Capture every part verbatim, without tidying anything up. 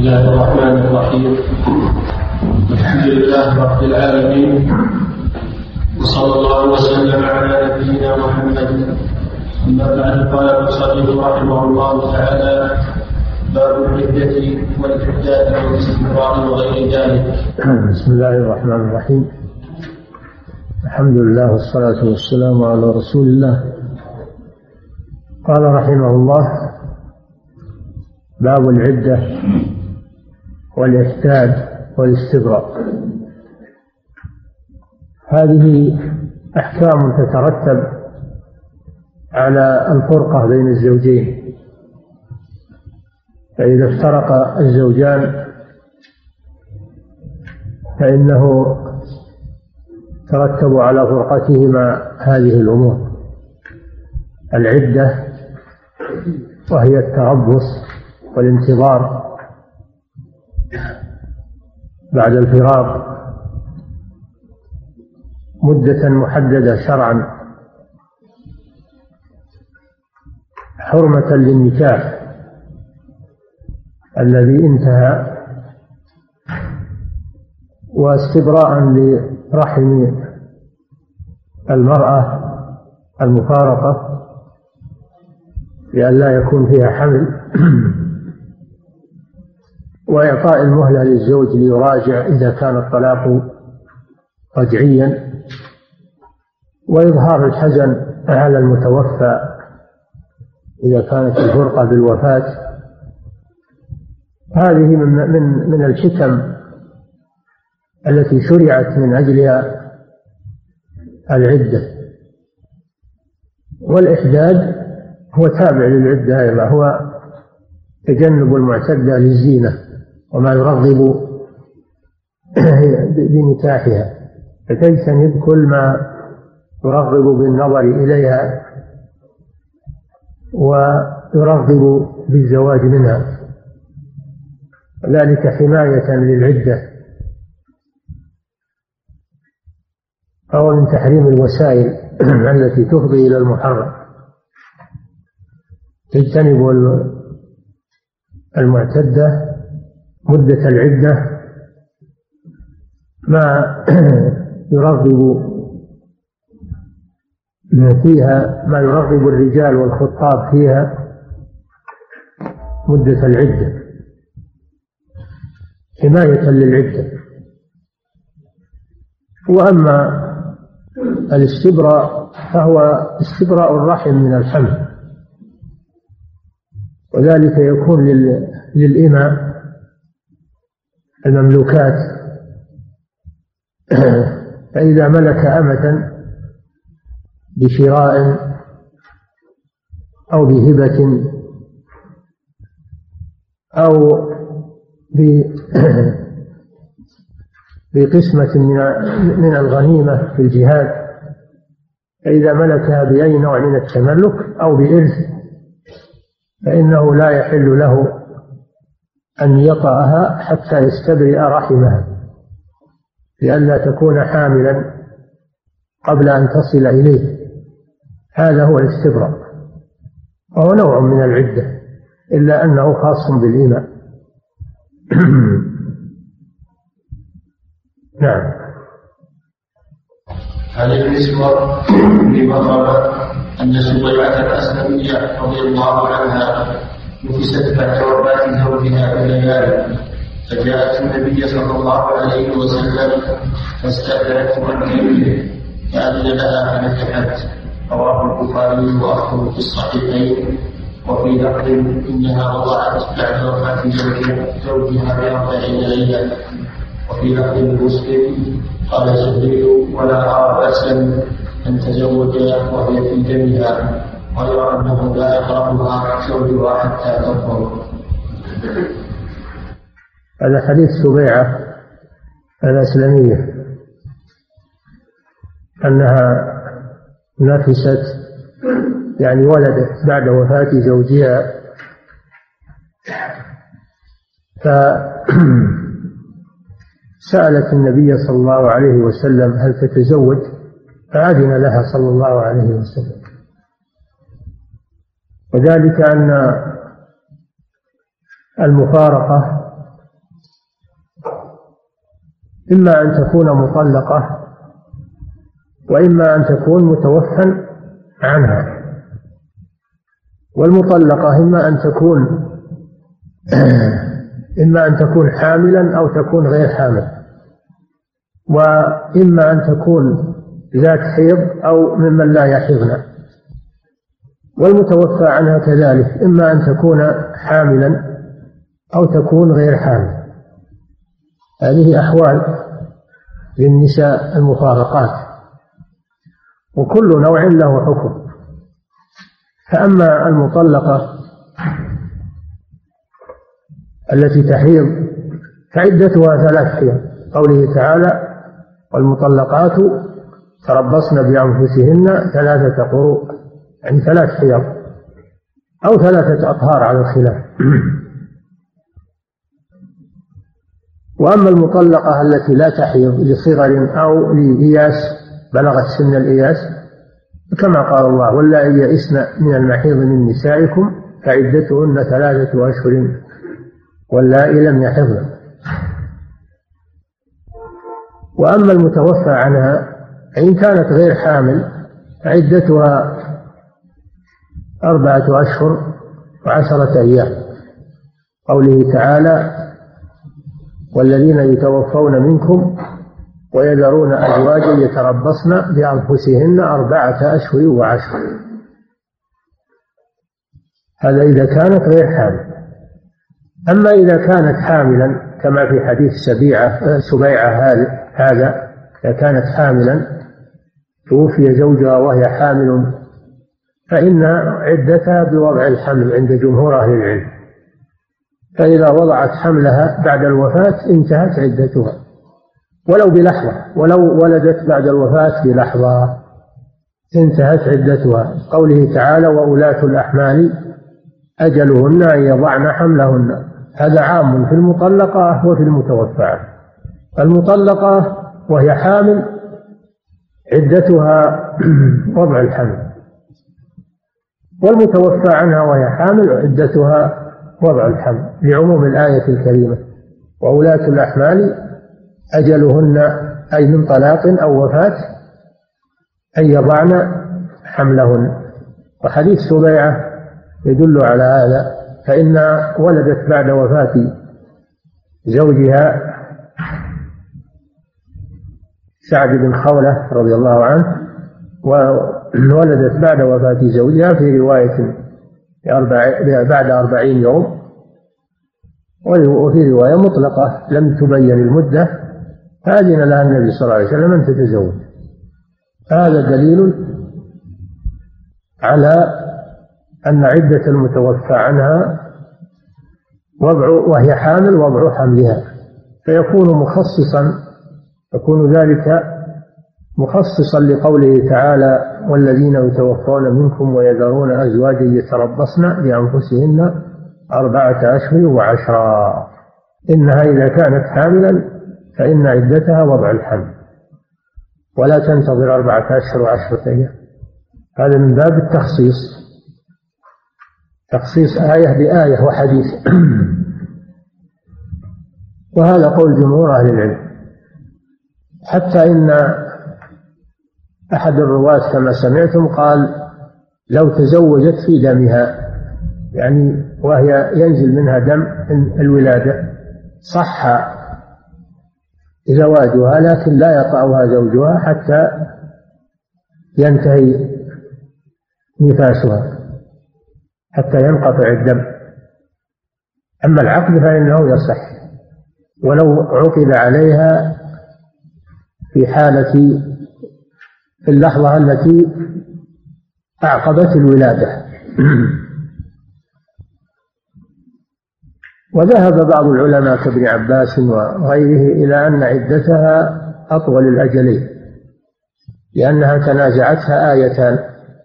الله الرحمن الرحيم. الحمد لله رب العالمين، وصلى الله وسلم على نبينا محمد. أما بعد، قال المصنف رحمه الله تعالى: باب العدة والإحداث والاستمرار وغير ذلك. بسم الله الرحمن الرحيم. الحمد لله والصلاة والسلام على رسول الله. قال رحمه الله: باب العدة والإحداث والاستبراء. هذه أحكام تترتب على الفرقة بين الزوجين، فإذا افترق الزوجان فإنه ترتب على فرقتهما هذه الأمور: العدة وهي التربص والانتظار بعد الفراق مدة محددة شرعا حرمة للنكاح الذي انتهى، واستبراء لرحم المرأة المفارقة لئلا يكون فيها حمل، وإعطاء المهلة للزوج ليراجع إذا كان الطلاق رجعيا، وإظهار الحزن على المتوفى إذا كانت الفرقة بالوفاة. هذه من من من الحكم التي شرعت من أجلها العدة. والإحداد هو تابع للعدة أيضا، هو تجنب المعتدة للزينة وما يرغب بنكاحها، فتجتنب كل ما يرغب بالنظر إليها ويرغب بالزواج منها، ذلك حماية للعدة. أو من تحريم الوسائل التي تفضي إلى المحرم، تجتنب المعتدة مدة العدة ما يرغب فيها، ما يرغب الرجال والخطاب فيها مدة العدة حماية للعدة. وأما الاستبراء فهو استبراء الرحم من الحمل، وذلك يكون للإماء المملوكات، فإذا ملك أمة بشراء أو بهبة أو بقسمة من الغنيمة في الجهاد، فإذا ملكها بأي نوع من التملك أو بإرث فإنه لا يحل له أن يطأها حتى يستبرئ رحمها، لئلا تكون حاملا قبل أن تصل إليه. هذا هو الاستبراء، وهو نوع من العدة، إلا أنه خاص بالإماء. نعم. عن المسور بن مخرمة أن سبيعة الأسلمية رضي الله عنها نفست بعد وفاة زوجها بليالي، فجاءت النبي صلى الله عليه وسلم فاستأذنته عن كبيره فأذن لها فنكحت. رواه البخاري وأخبره في الصحيحين. وفي لفظ: إنها وضعت بعد وفاة زوجها بأربعين ليلة. وفي لفظ مسلم: قال جبريل: ولا أرى بأسا أن تزوجها وهي في دمها، غير أنه لا يقربها زوجها حتى تطهر. هذا حديث سبيعة الأسلمية أنها نفست، يعني ولدت بعد وفاة زوجها، فسألت النبي صلى الله عليه وسلم هل تتزوج، فأذن لها صلى الله عليه وسلم. وذلك أن المفارقة إما أن تكون مطلقة وإما أن تكون متوفى عنها. والمطلقة إما أن تكون إما أن تكون حاملا أو تكون غير حامل، وإما أن تكون ذات حيض أو ممن لا يحيضن. والمتوفى عنها كذلك إما أن تكون حاملا أو تكون غير حامل. هذه أحوال للنساء المفارقات، وكل نوع له حكم. فأما المطلقة التي تحيض فعدتها ثلاث حيض، قوله تعالى: والمطلقات تربصن بأنفسهن ثلاثة قروء، يعني ثلاث حيض أو ثلاثة أطهار على الخلاف. وأما المطلقة التي لا تحيض لصغر أو لإياس، بلغت سن الإياس، كما قال الله: واللائي يئسن من المحيض من نسائكم فعدتهن ثلاثة أشهر واللائي لم يحضن. وأما المتوفى عنها فإن كانت غير حامل فعدتها أربعة أشهر وعشرة أيام، قوله تعالى: والذين يتوفون منكم ويذرون أزواجا يتربصن بأنفسهن أربعة أشهر وعشر. هذا إذا كانت غير حامل. أما إذا كانت حاملا كما في حديث سبيعة سبيعة هذا، إذا كانت حاملا توفي زوجها وهي حامل فإن عدتها بوضع الحمل عند جمهور أهل العلم. فإذا وضعت حملها بعد الوفاة انتهت عدتها ولو بلحظة، ولو ولدت بعد الوفاة بلحظة انتهت عدتها. قوله تعالى: وأولاة الأحمال أجلهن أن يضعن حملهن. هذا عام في المطلقة وفي المتوفى. المطلقة وهي حامل عدتها وضع الحمل، والمتوفى عنها وهي حامل عدتها وضع الحمل، لعموم الآية الكريمة: وأولاة الأحمال أجلهن، أي من طلاق أو وفاة، أن يضعن حملهن. وحديث سبيعة يدل على هذا، فإن ولدت بعد وفاة زوجها سعد بن خولة رضي الله عنه، وولدت بعد وفاة زوجها في رواية بعد أربعين يوم، وفي رواية مطلقة لم تبين المدة، فأذن لها النبي صلى الله عليه وسلم أن تتزوج. هذا دليل على أن عدة المتوفى عنها وضع وهي حامل وضع حملها، فيكون مخصصا يكون ذلك مخصصا لقوله تعالى: والذين يتوفون منكم ويذرون أزواجا يتربصن بأنفسهن أربعة أشهر وعشرا. إنها إذا كانت حاملا فإن عدتها وضع الحمل، ولا تنتظر أربعة أشهر وعشرة أيام. هذا من باب التخصيص، تخصيص آية بآية وحديث. وهذا قول جمهور أهل العلم. حتى إن أحد الرواة كما سمعتم قال: لو تزوجت في دمها، يعني وهي ينزل منها دم الولادة، صح زواجها، لكن لا يطأها زوجها حتى ينتهي نفاسها، حتى ينقطع الدم. أما العقد فإنه يصح ولو عقد عليها في حالة في اللحظة التي أعقبت الولادة. وذهب بعض العلماء كابن عباس وغيره إلى أن عدتها أطول الأجلين، لأنها تنازعتها آيتان.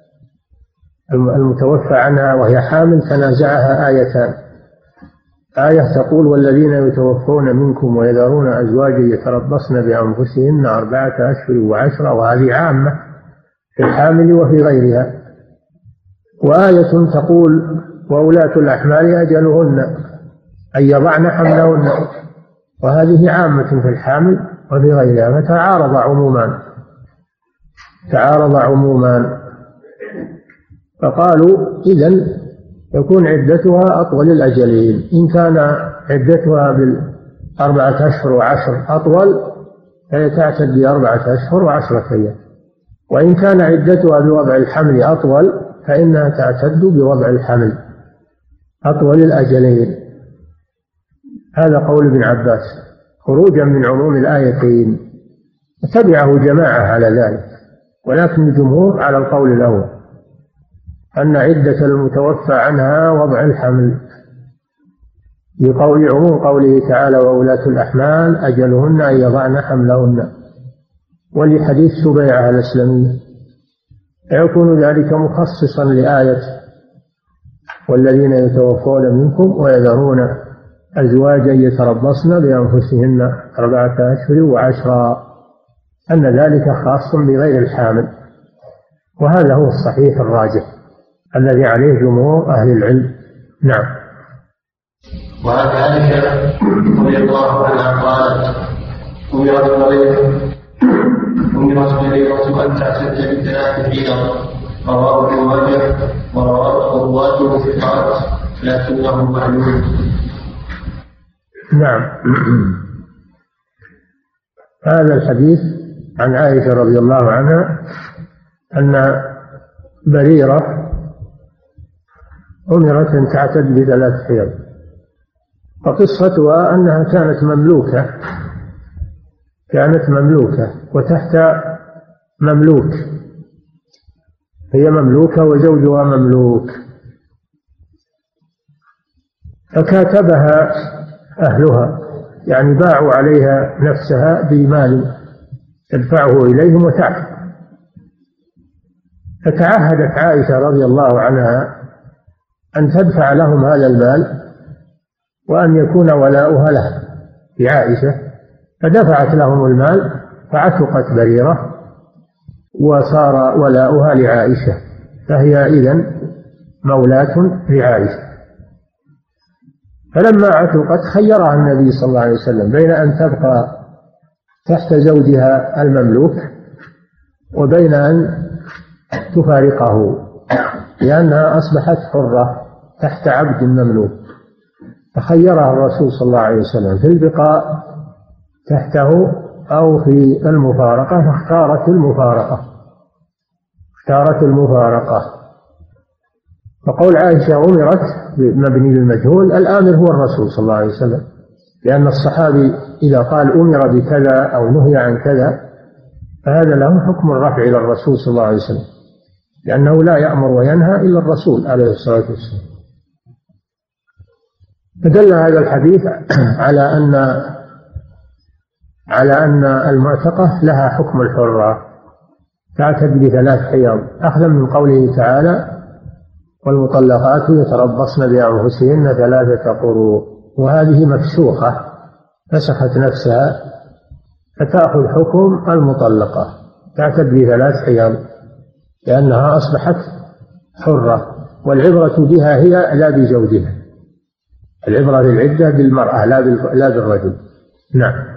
المتوفى عنها وهي حامل تنازعها آيتان: آية تقول: والذين يتوفون منكم ويذرون أزواجا يتربصن بأنفسهن أربعة أشهر وعشرة، وهذه عامة في الحامل وفي غيرها. وآية تقول: وأولاة الأحمال أجلهن أن يضعن حملهن، وهذه عامة في الحامل وفي غيرها، فتعارض عمومان تعارض عمومان فقالوا إذن يكون عدتها أطول الأجلين. إن كان عدتها بالأربعة أشهر وعشر أطول فهي تعتد بأربعة أشهر وعشرة أيام، وإن كان عدتها بوضع الحمل أطول فإنها تعتد بوضع الحمل أطول الأجلين. هذا قول ابن عباس خروجا من عموم الآيتين، تبعه جماعة على ذلك، ولكن الجمهور على القول الأول أن عدة المتوفى عنها وضع الحمل، لقول عموم قوله تعالى وأولاة الأحمال أجلهن أن يضعن حملهن، ولحديث سبيعة الأسلمية، فيكون ذلك مخصصا لآية والذين يتوفون منكم ويذرون أزواجا يتربصن بأنفسهن أربعة أشهر وعشرا، أن ذلك خاص بغير الحامل، وهذا هو الصحيح الراجح الذي عليه جمهور أهل العلم. نعم. وعن عائشة رضي الله عنها قالت أمرت مريض أمرت مريضة أن تعتد بثلاث حيض، رواه ابن ماجه ورواه رواته ثقات لكنه معلول. نعم. هذا الحديث عن عائشة رضي الله عنها أن بريرة أمرت أن تعتد بثلاث حيض، وقصتها أنها كانت مملوكة كانت مملوكة وتحت مملوك، هي مملوكة وزوجها مملوك، فكاتبها أهلها، يعني باعوا عليها نفسها بمال تدفعه إليهم وتعتق. فتعهدت عائشة رضي الله عنها أن تدفع لهم هذا المال وأن يكون ولاؤها لها بعائشة، فدفعت لهم المال فعتقت بريرة وصار ولاؤها لعائشة، فهي إذن مولاة لعائشة. فلما عتقت خيرها النبي صلى الله عليه وسلم بين أن تبقى تحت زوجها المملوك وبين أن تفارقه، لأنها أصبحت حرة تحت عبد مملوك، فخيرها الرسول صلى الله عليه وسلم في البقاء تحته أو في المفارقة، فاختارت المفارقة اختارت المفارقة فقول عائشة أمرت مبني للمجهول، الآمر هو الرسول صلى الله عليه وسلم، لأن الصحابي إذا قال أمر بكذا أو نهي عن كذا فهذا له حكم الرفع إلى الرسول صلى الله عليه وسلم، لأنه لا يأمر وينهى إلا الرسول عليه الصلاة والسلام. فدل هذا الحديث على أن على أن المعتقة لها حكم الحرة، تعتد بثلاث حيض، أخذا من قوله تعالى والمطلقات يتربصن بأنفسهن ثلاثة قروء، وهذه مفسوخة فسخت نفسها فتأخذ حكم المطلقة، تعتد بثلاث حيض لأنها أصبحت حرة، والعبرة بها هي لا بزوجها، العبرة للعدة بالمرأة لا بالرجل. نعم.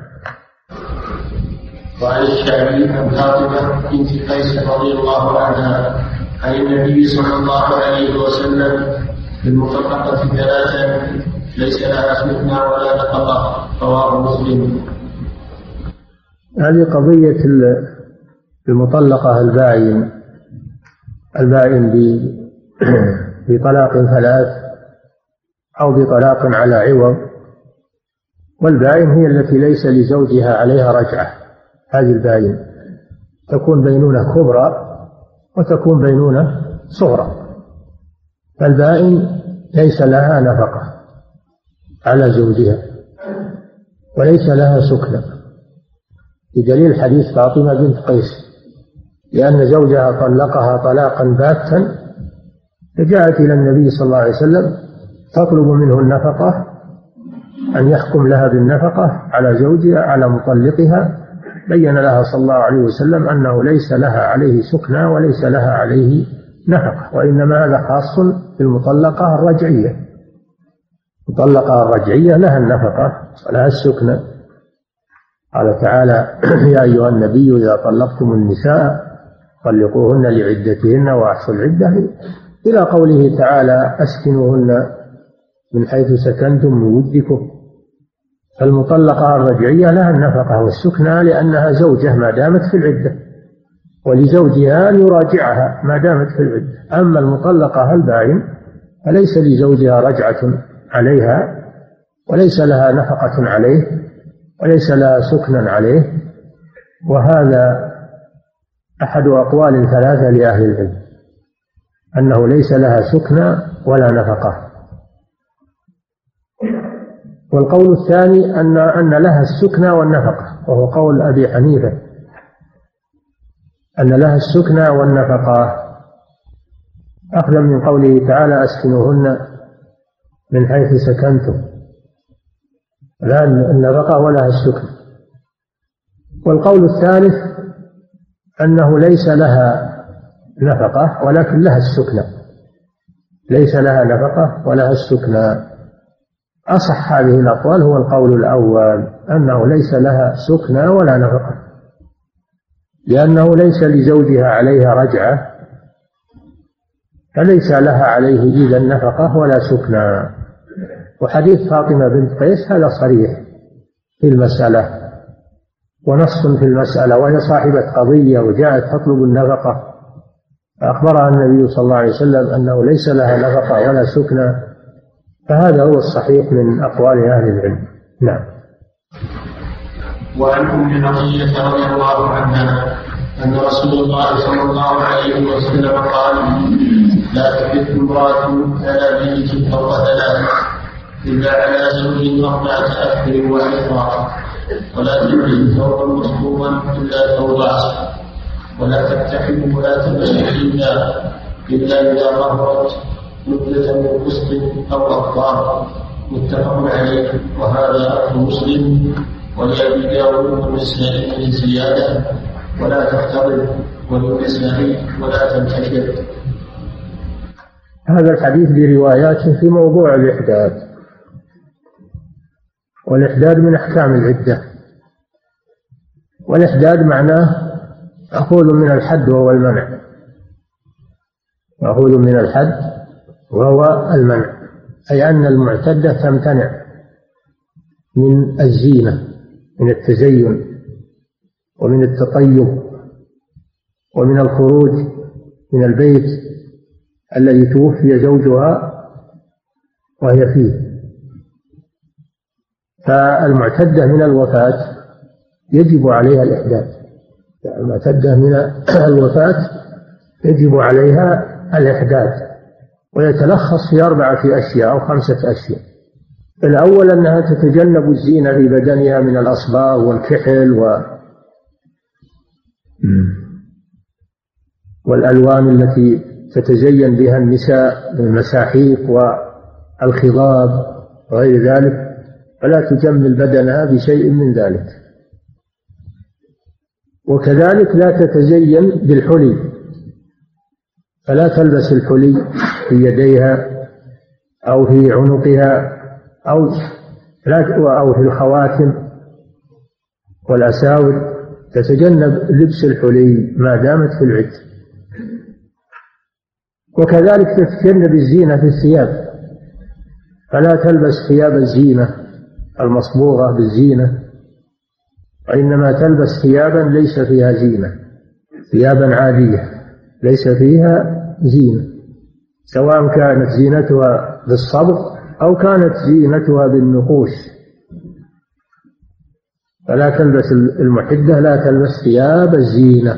وعن الشعبي عن فاطمة بنت قيس رضي الله عنها عن النبي صلى الله عليه وسلم بالمطلقة ثلاثا ليس لها سكنى ولا نفقة، رواه مسلم. هذه قضية المطلقة الباين الباين بطلاق ثلاث أو بطلاق على عوض، والباين هي التي ليس لزوجها عليها رجعة، هذه الباين تكون بينونة كبرى وتكون بينونة صغرى، فالباين ليس لها نفقة على زوجها وليس لها سكنى، بدليل حديث فاطمة بنت قيس، لأن زوجها طلقها طلاقا باتا، فجاءت إلى النبي صلى الله عليه وسلم تطلب منه النفقة، أن يحكم لها بالنفقة على زوجها على مطلقها، بين لها صلى الله عليه وسلم أنه ليس لها عليه سكنى وليس لها عليه نفقة، وإنما هذا خاص بالمطلقة الرجعية، المطلقة الرجعية لها النفقة ولها السكنى، قال تعالى: يا أيها النبي إذا طلقتم النساء طلقوهن لعدتهن وأحصوا العدة، إلى قوله تعالى: أسكنوهن من حيث سكنتم من وجدكم. فالمطلقة الرجعية لها النفقة والسكنى لأنها زوجة ما دامت في العدة، ولزوجها أن يراجعها ما دامت في العدة. أما المطلقة البائن فليس لزوجها رجعة عليها، وليس لها نفقة عليه، وليس لها سكنا عليه. وهذا أحد أقوال ثلاثة لأهل العلم، أنه ليس لها سكنى ولا نفقة. والقول الثاني أن أن لها السكنى والنفقة، وهو قول أبي حنيفة، أن لها السكنى والنفقة، أخذا من قوله تعالى: أسكنوهن من حيث سكنتم، لا النفقة ولها السكنى. والقول الثالث أنه ليس لها نفقة ولكن لها السكنى، ليس لها نفقة ولها السكنى. أصح هذه الأقوال هو القول الأول، أنه ليس لها سكنى ولا نفقة، لأنه ليس لزوجها عليها رجعة، فليس لها عليه إذن نفقة ولا سكنى. وحديث فاطمة بنت قيس هذا صريح في المسألة ونص في المسألة، وهي صاحبة قضية وجاءت تطلب النفقة، فأخبرها النبي صلى الله عليه وسلم أنه ليس لها نفقة ولا سكنى، فهذا هو الصحيح من أقوال أهل العلم. نعم. وعن أم عطية رضي الله عنها أن رسول الله صلى الله عليه وسلم قال: لا تحث امرأة على بيت فوق ثلاث إلا على زوج أربعة أشهر وعشرة، ولا تحث ثوبا مصبوغا إلا ثوب عصر، ولا تكتحل ولا تلبس إلا إلا إذا ظهرت مدة من قسط أو أقطار. متفق عليه. وهذا أخذ مسلم ولأبي داود والنسائي من زيادة: ولا تختلط، وللنسائي: ولا تنتشر. هذا الحديث برواياته في موضوع الإحداد، والإحداد من أحكام العدة، والإحداد معناه مأخوذ من الحد وهو المنع، مأخوذ من الحد وهو المنع، أي أن المعتدة تمتنع من الزينة، من التزين ومن التطيب ومن الخروج من البيت الذي توفي زوجها وهي فيه. فالمعتدة من الوفاة يجب عليها الإحداد، المعتدة من الوفاة يجب عليها الإحداد، ويتلخص في أربعة أشياء أو خمسة أشياء. الأول أنها تتجنب الزينة في بدنها من الأصباغ والكحل و... والألوان التي تتزين بها النساء من المساحيق والخضاب وغير ذلك، فلا تجمل بدنها بشيء من ذلك. وكذلك لا تتزين بالحلي، فلا تلبس الحلي في يديها أو في عنقها أو أو في الخواتم والأساور، تتجنب لبس الحلي ما دامت في العدة. وكذلك تتجنب الزينة في الثياب، فلا تلبس ثياب الزينة المصبوغة بالزينة، وإنما تلبس ثيابا ليس فيها زينة، ثيابا عادية ليس فيها زينة، سواء كانت زينتها بالصبغ أو كانت زينتها بالنقوش. فلا تلبس المحدة لا تلبس ثياب الزينة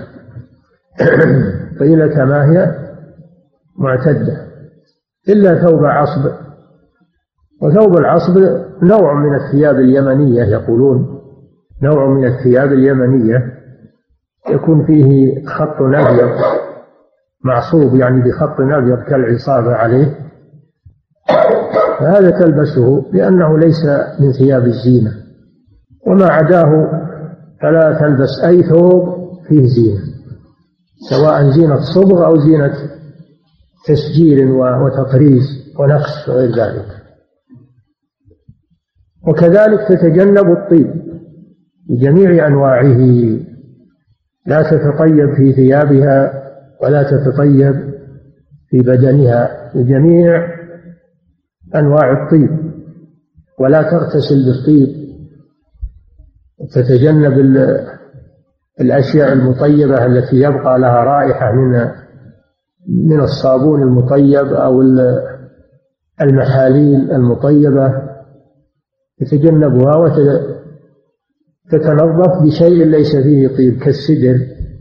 طيلة ما هي معتدة، إلا ثوب عصب. وثوب العصب نوع من الثياب اليمنية، يقولون نوع من الثياب اليمنية يكون فيه خط أبيض معصوب، يعني بخط أبيض كالعصابة عليه، فهذا تلبسه لأنه ليس من ثياب الزينة. وما عداه فلا تلبس أي ثوب فيه زينة، سواء زينة صبغ أو زينة تسجيل وتطريز ونقش وغير ذلك. وكذلك تتجنب الطيب، بجميع أنواعه، لا تتطيب في ثيابها ولا تتطيب في بدنها بجميع أنواع الطيب، ولا تغتسل بالطيب، تتجنب الأشياء المطيبة التي يبقى لها رائحة من من الصابون المطيب أو المحاليل المطيبة، تتجنبها وتتنظف بشيء ليس فيه طيب كالسدر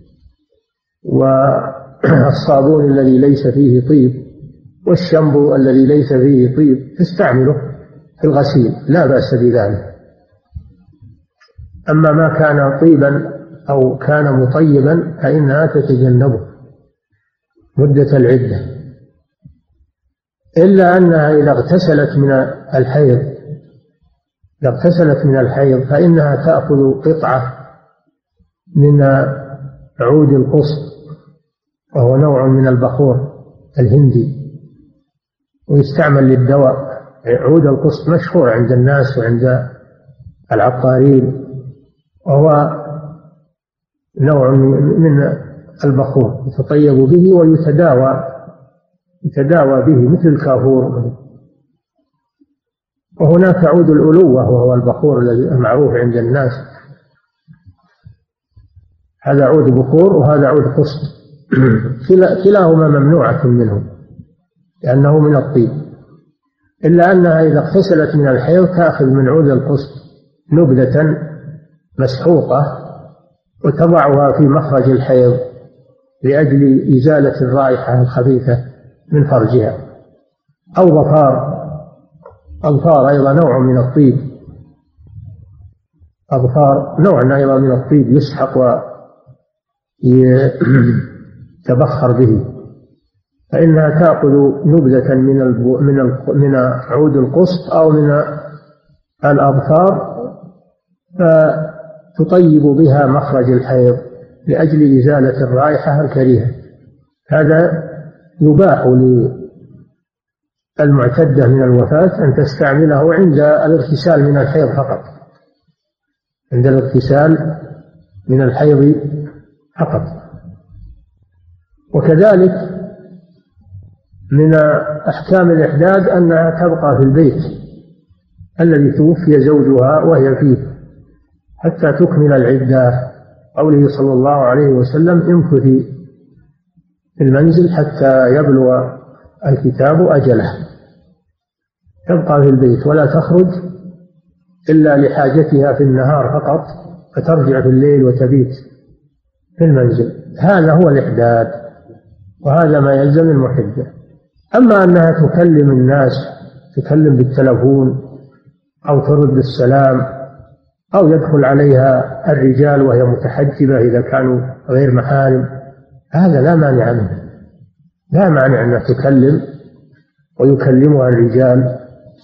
والصابون الذي ليس فيه طيب والشامبو الذي ليس فيه طيب، تستعمله في الغسيل لا بأس بذلك. أما ما كان طيبا أو كان مطيبا فإنها تتجنبه مدة العدة، إلا أنها إذا اغتسلت من الحيض إذا اغتسلت من الحيض فإنها تأخذ قطعة من عود القصب، وهو نوع من البخور الهندي ويستعمل للدواء. عود القصب مشهور عند الناس وعند العطارين، وهو نوع من البخور يتطيب به ويتداوى يتداوى به مثل الكافور. وهناك عود الألوة وهو البخور الذي معروف عند الناس، هذا عود بخور وهذا عود قصب، كلاهما ممنوعة منه لأنه من الطيب، إلا أنها إذا اغتسلت من الحيض تأخذ من عود القصب نبذة مسحوقة وتضعها في مخرج الحيض لأجل إزالة الرائحة الخبيثة من فرجها. أو ظفار أظفار أيضا نوع من الطيب، أظفار نوع أيضا من الطيب يسحق ويتبخر به، فإنها تأخذ نبذة من من من عود القصب أو من الأظفار فتطيب بها مخرج الحيض لأجل إزالة الرائحة الكريهة. هذا يباح للمعتدة من الوفاة أن تستعمله عند الاغتسال من الحيض فقط، عند الاغتسال من الحيض فقط. وكذلك من أحكام الإحداد أنها تبقى في البيت الذي توفي زوجها وهي فيه حتى تكمل العدة، قوله صلى الله عليه وسلم: امكثي في المنزل حتى يبلغ الكتاب أجله. تبقى في البيت ولا تخرج إلا لحاجتها في النهار فقط، فترجع في الليل وتبيت في المنزل. هذا هو الإحداد، وهذا ما يلزم المحدة. أما أنها تكلم الناس، تكلم بالتلفون أو ترد السلام أو يدخل عليها الرجال وهي متحجبة إذا كانوا غير محارم، هذا لا مانع منه، لا مانع أنها تكلم ويكلمها الرجال،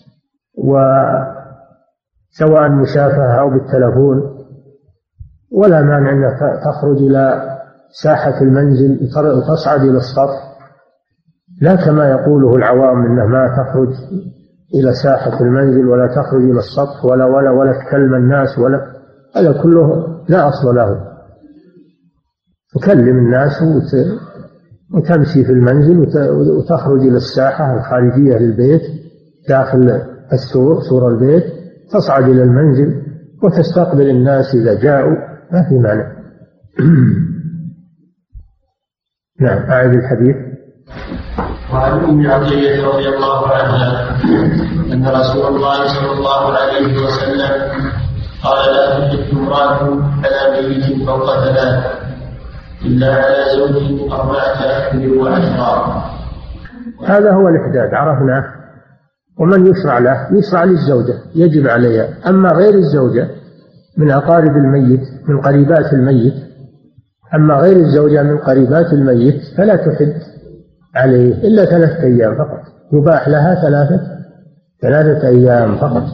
وسواء مشافهة أو بالتلفون، ولا مانع أنها تخرج إلى ساحة المنزل وتصعد إلى السطح، لا كما يقوله العوام إنها ما تخرج إلى ساحة المنزل ولا تخرج إلى السطح ولا ولا ولا تكلم الناس، ولا هذا كله لا أصل له. تكلم الناس وتمشي في المنزل وتخرج إلى الساحة الخارجية للبيت داخل السور، سور البيت، تصعد إلى المنزل وتستقبل الناس إذا جاءوا، ما في مانع. نعم، أعد الحديث. وعن ام عطيه رضي الله عنها ان رسول الله صلى الله عليه وسلم قال: لا تحد امراه على ميت فوق ثلاث الا على زوج اربعه اشهر وعشرا. هذا هو الإحداد، عرفناه. ومن يشرع له يشرع للزوجة، يجب عليها. أما غير الزوجة من أقارب الميت، من قريبات الميت، أما غير الزوجة من قريبات الميت فلا تحد عليه إلا ثلاثة أيام فقط، يباح لها ثلاثة ثلاثة أيام فقط.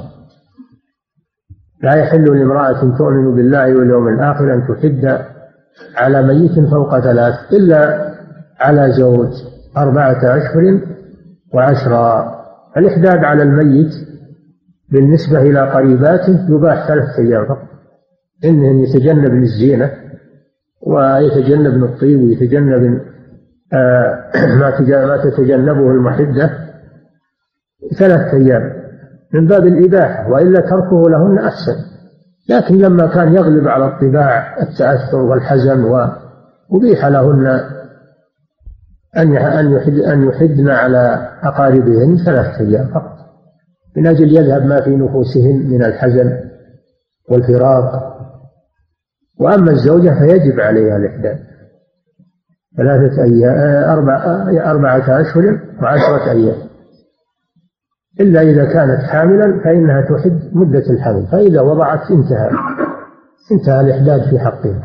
لا يحل لامرأة تؤمن بالله واليوم الآخر أن تحد على ميت فوق ثلاث إلا على زوج أربعة أشهر وعشرا. الإحداد على الميت بالنسبة إلى قريباته يباح ثلاثة أيام فقط، إنه يتجنب الزينة ويتجنب الطيب ويتجنب ما تتجنبه المحدة ثلاثة أيام من باب الإباحة، وإلا تركه لهن أحسن. لكن لما كان يغلب على الطباع التأثر والحزن وأبيح لهن أن يحدن على أقاربهن ثلاثة أيام فقط من أجل يذهب ما في نفوسهن من الحزن والفراق. وأما الزوجة فيجب عليها الإحداد ثلاثة أيام أربعة, أربعة أشهر وعشرة أيام، إلا إذا كانت حاملا فإنها تحد مدة الحمل، فإذا وضعت انتهى انتهى الإحداد في حقها.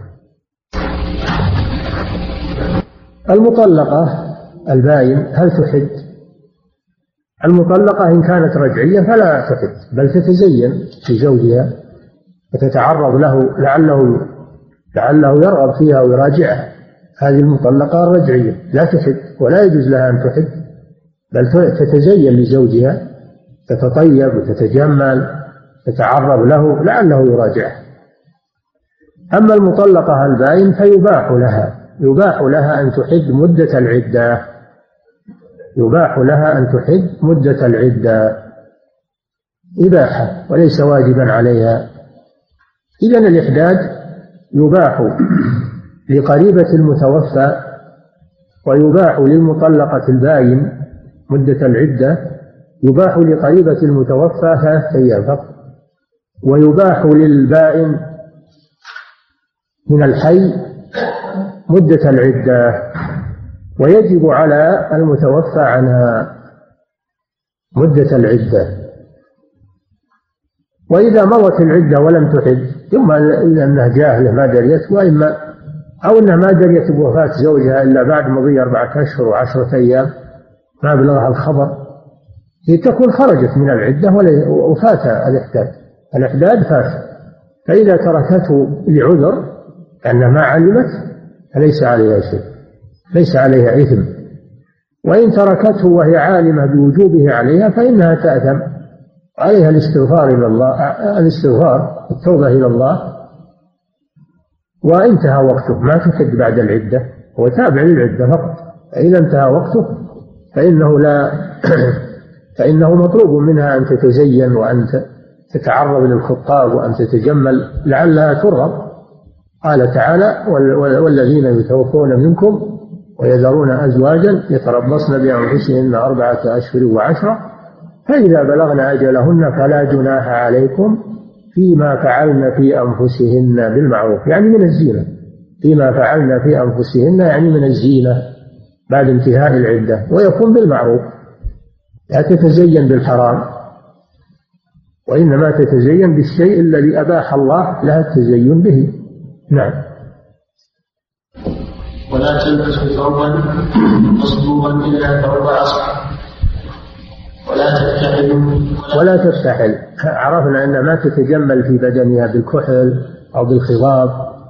المطلقة البائن هل تحد؟ المطلقة إن كانت رجعية فلا تحد، بل تتزين في زوجها وتتعرض له لعله لعله يرغب فيها ويراجعها. هذه المطلقة الرجعية لا تحد ولا يجوز لها أن تحد، بل تتزين لزوجها، تتطيب وتتجمل، تتعرض له لعله يراجعها. أما المطلقة البائن فيباح لها يباح لها أن تحد مدة العدة يباح لها أن تحد مدة العدة إباحة وليس واجبا عليها. إذن الإحداد يباح لقريبة المتوفى ويباح للمطلقة البائن مدة العدة، يباح لقريبة المتوفى ثلاثة أيام فقط، ويباح للبائن من الحي مدة العدة، ويجب على المتوفى عنها مدة العدة. وإذا مضت العدة ولم تحد، إما أنها جاهلة ما دريت، وإما أو أنها ما دريت بوفاة زوجها إلا بعد مضي أربعة أشهر وعشرة أيام ما بلغها الخبر، هي تكون خرجت من العدة وفات الإحداد الإحداد فات. فإذا تركته لعذر أنها ما علمت فليس عليها شيء، ليس عليها إثم. وإن تركته وهي عالمة بوجوبه عليها فإنها تأثم، عليها الاستغفار إلى الله الاستغفار التوبة إلى الله، وانتهى وقته ما تحد بعد العدة، هو تابع للعدة فقط. فإذا انتهى وقته فإنه لا فإنه مطلوب منها أن تتزين وأن تتعرض للخطاب وأن تتجمل لعلها ترغب. قال تعالى: والذين يتوفون منكم ويذرون أزواجا يتربصن بأنفسهن أربعة أشهر وعشرة فإذا بلغن أجلهن فلا جناح عليكم فيما فعلن في أنفسهن بالمعروف، يعني من الزينة. فيما فعلن في أنفسهن يعني من الزينة بعد انتهاء العدة، ويكون بالمعروف، لا تتزين بالحرام، وإنما تتزين بالشيء الذي أباح الله لها التزين به. نعم. ولا تلبس ثوبا مصبوغا إلا ثوب عصر ولا تفتحل ولا تفتحل عرفنا أن ما تتجمل في بدنها بالكحل أو بالخضاب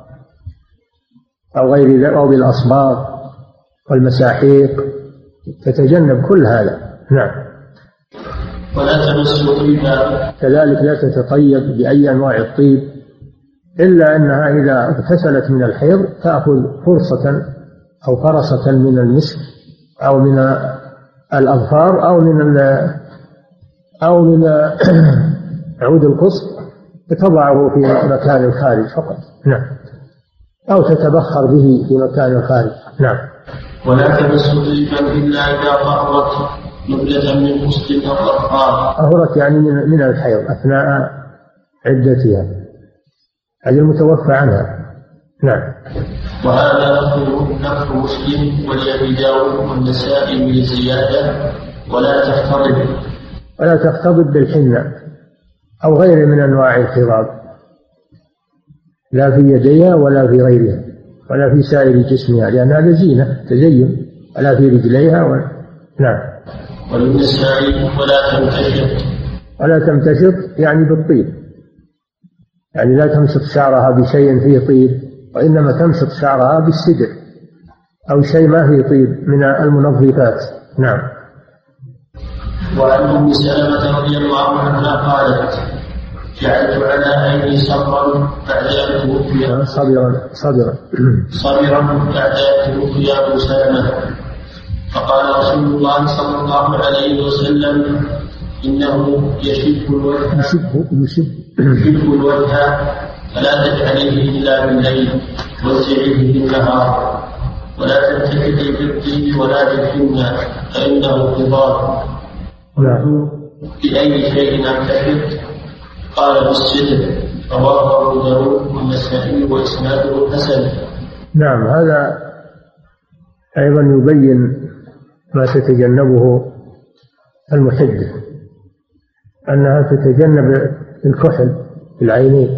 أو غير ذلك أو بالأصباغ والمساحيق، تتجنب كل هذا. نعم. ولا تمس طيبا، كذلك لا تتطيب بأي أنواع الطيب، إلا أنها إذا اغتسلت من الحيض تأخذ فرصة أو فرصة من المسك أو من الأظفار أو من أو من عود القصب تضعه في مكان الخارج فقط. نعم. أو تتبخر به في مكان الخارج. نعم. ولا تمس طيبا إلا إذا طهرت نبلة من مسك أو أظفار. طهرت يعني من الحيض أثناء عدتها، هذه المتوفى عنها. نعم. وهذا لفظ مسلم ولأبي داود والنسائي من زيادة ولا تختضب ولا تختضب بالحنة أو غير من أنواع الخضاب، لا في يديها ولا في غيرها ولا في سائر جسمها، لأن هذا زينة تزين، ولا في رجليها ولا. نعم. وللنسائي ولا تمتشط ولا تمتشط يعني بالطيب، يعني لا تمشط شعرها بشيء فيه طيب، وإنما تمشط شعرها بالسدر أو شيء ما فيه طيب من المنظفات. نعم. وعن أم سلمة رضي الله عنها قالت: جعلت على عيني صبرا بعد أن توفي صبرا صبرا صبرا بعد أن توفي أبو سلمة. فقال رسول الله صلى الله عليه وسلم إنه يشب الوجه يشب يشب يشب الوجه فلا تجعليه إلا بالليل وسعيه بالنهار ولا تلتفتي بالطيب ولا بالحنة فإنه قضاء. بأي شيء أمتحت؟ قال بالصدق. رواه أبو داود والنسائي وإسناده حسن. نعم، هذا أيضا يبين ما تتجنبه المحدة، أنها تتجنب الكحل في العينين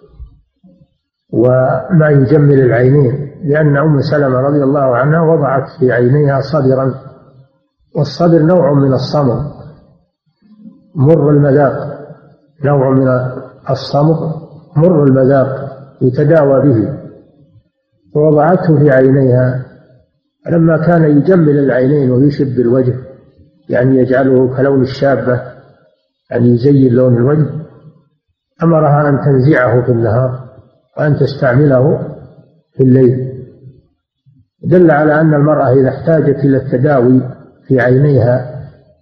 وما يجمل العينين، لأن أم سلمة رضي الله عنها وضعت في عينيها صدرا، والصدر نوع من الصمغ مر المذاق، نوع من الصمغ مر المذاق يتداوى به، ووضعته في عينيها لما كان يجمل العينين ويشب الوجه، يعني يجعله كلون الشابة، يعني يزين لون الوجه، أمرها أن تنزعه في النهار وأن تستعمله في الليل. دل على أن المرأة إذا احتاجت إلى التداوي في عينيها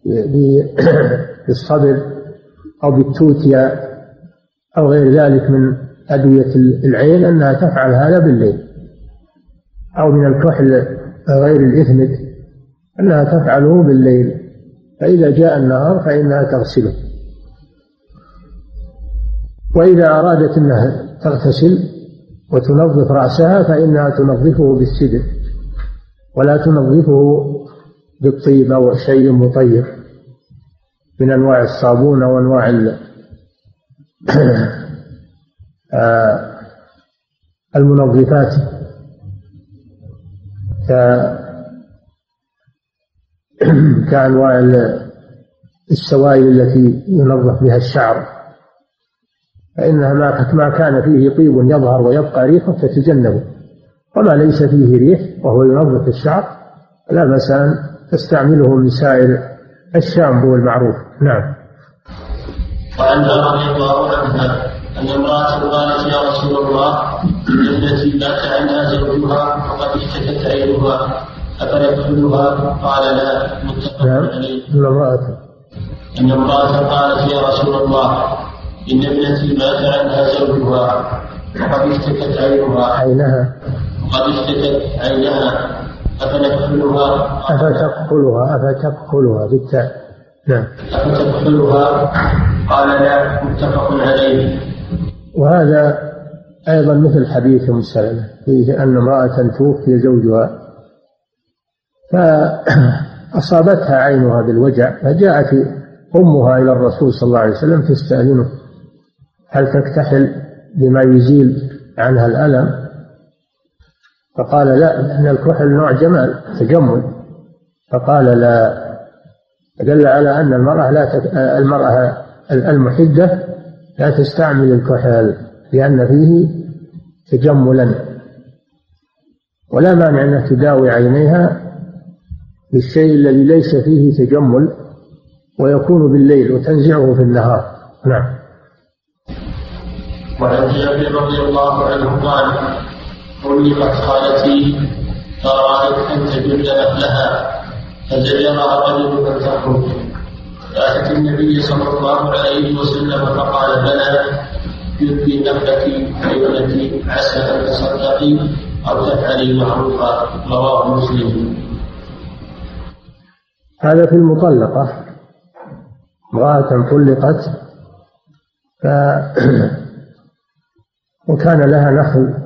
بالصدر أو بالتوتيا أو غير ذلك من أدوية العين أنها تفعل هذا بالليل، أو من الكحل غير الإثمد أنها تفعله بالليل، فإذا جاء النهار فإنها تغسله. وإذا أرادت أنها تغتسل وتنظف رأسها فإنها تنظفه بالسدر ولا تنظفه بالطيب أو شيء مطيب من أنواع الصابون أو أنواع المنظفات كأنواع السوائل التي ينظف بها الشعر، فإنها ما كان فيه طيب يظهر ويبقى ريحه تتجنبه، وما ليس فيه ريح وهو ينظف الشعر لا بأس أن تستعمله من سائر الشامبو المعروف. نعم. وعنها رضي الله عنها أن امرأة قالت يا رسول الله التي مات عنها زوجها وقد اشتكت عينها أفندخلها؟ قال لا. متفق عليه. أن امرأة قالت يا رسول الله إن ابنتي مات عنها زوجها وقد اشتكت عينها عينها وقد اشتكت عينها أفندخلها؟ أفتدخلها أفتدخلها بالتاء. نعم. أفتدخلها؟ قال لا. متفق عليه. وهذا أيضا مثل حديث أم سلمة فيه أن امرأة توفي زوجها فأصابتها عينها بالوجع، فجاءت أمها إلى الرسول صلى الله عليه وسلم تستأذنه هل تكتحل بما يزيل عنها الألم؟ فقال لا، لأن الكحل نوع جمال تجمل. فقال لا. دل على أن المرأة لا تك... المرأة المحدة لا تستعمل الكحل لأن فيه تجملا، ولا مانع أن تداوي عينيها بالشيء الذي ليس فيه تجمل ويكون بالليل وتنزعه في النهار. نعم. وعن جابر رضي الله عنه قال طلقت خالتي فأرادت أن تجل نخلها فزجرها رجل أن تخرج، فأتت النبي صلى الله عليه وسلم فقال بلى يبكي نخلك أيمتي عسى أن تصدقي أو تفعلي معروفا. رواه مسلم. هذا في المطلقة، امرأة طلقت ف... وكان لها نخل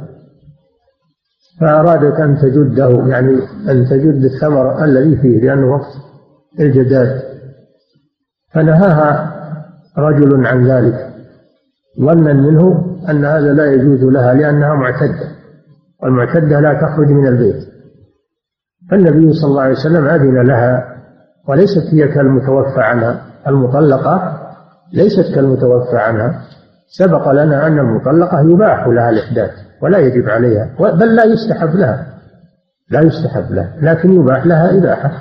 فأرادت أن تجده، يعني أن تجد الثمر الذي فيه لأنه وقت الجداد، فنهاها رجل عن ذلك ظنا منه أن هذا لا يجوز لها لأنها معتدة، والمعتدة لا تخرج من البيت. فالنبي صلى الله عليه وسلم أذن لها، وليست هي كالمتوفى عنها. المطلقة ليست كالمتوفى عنها. سبق لنا أن المطلقة يباح لها الإحداث ولا يجب عليها، بل لا يستحب لها لا يستحب لها لكن يباح لها إباحة.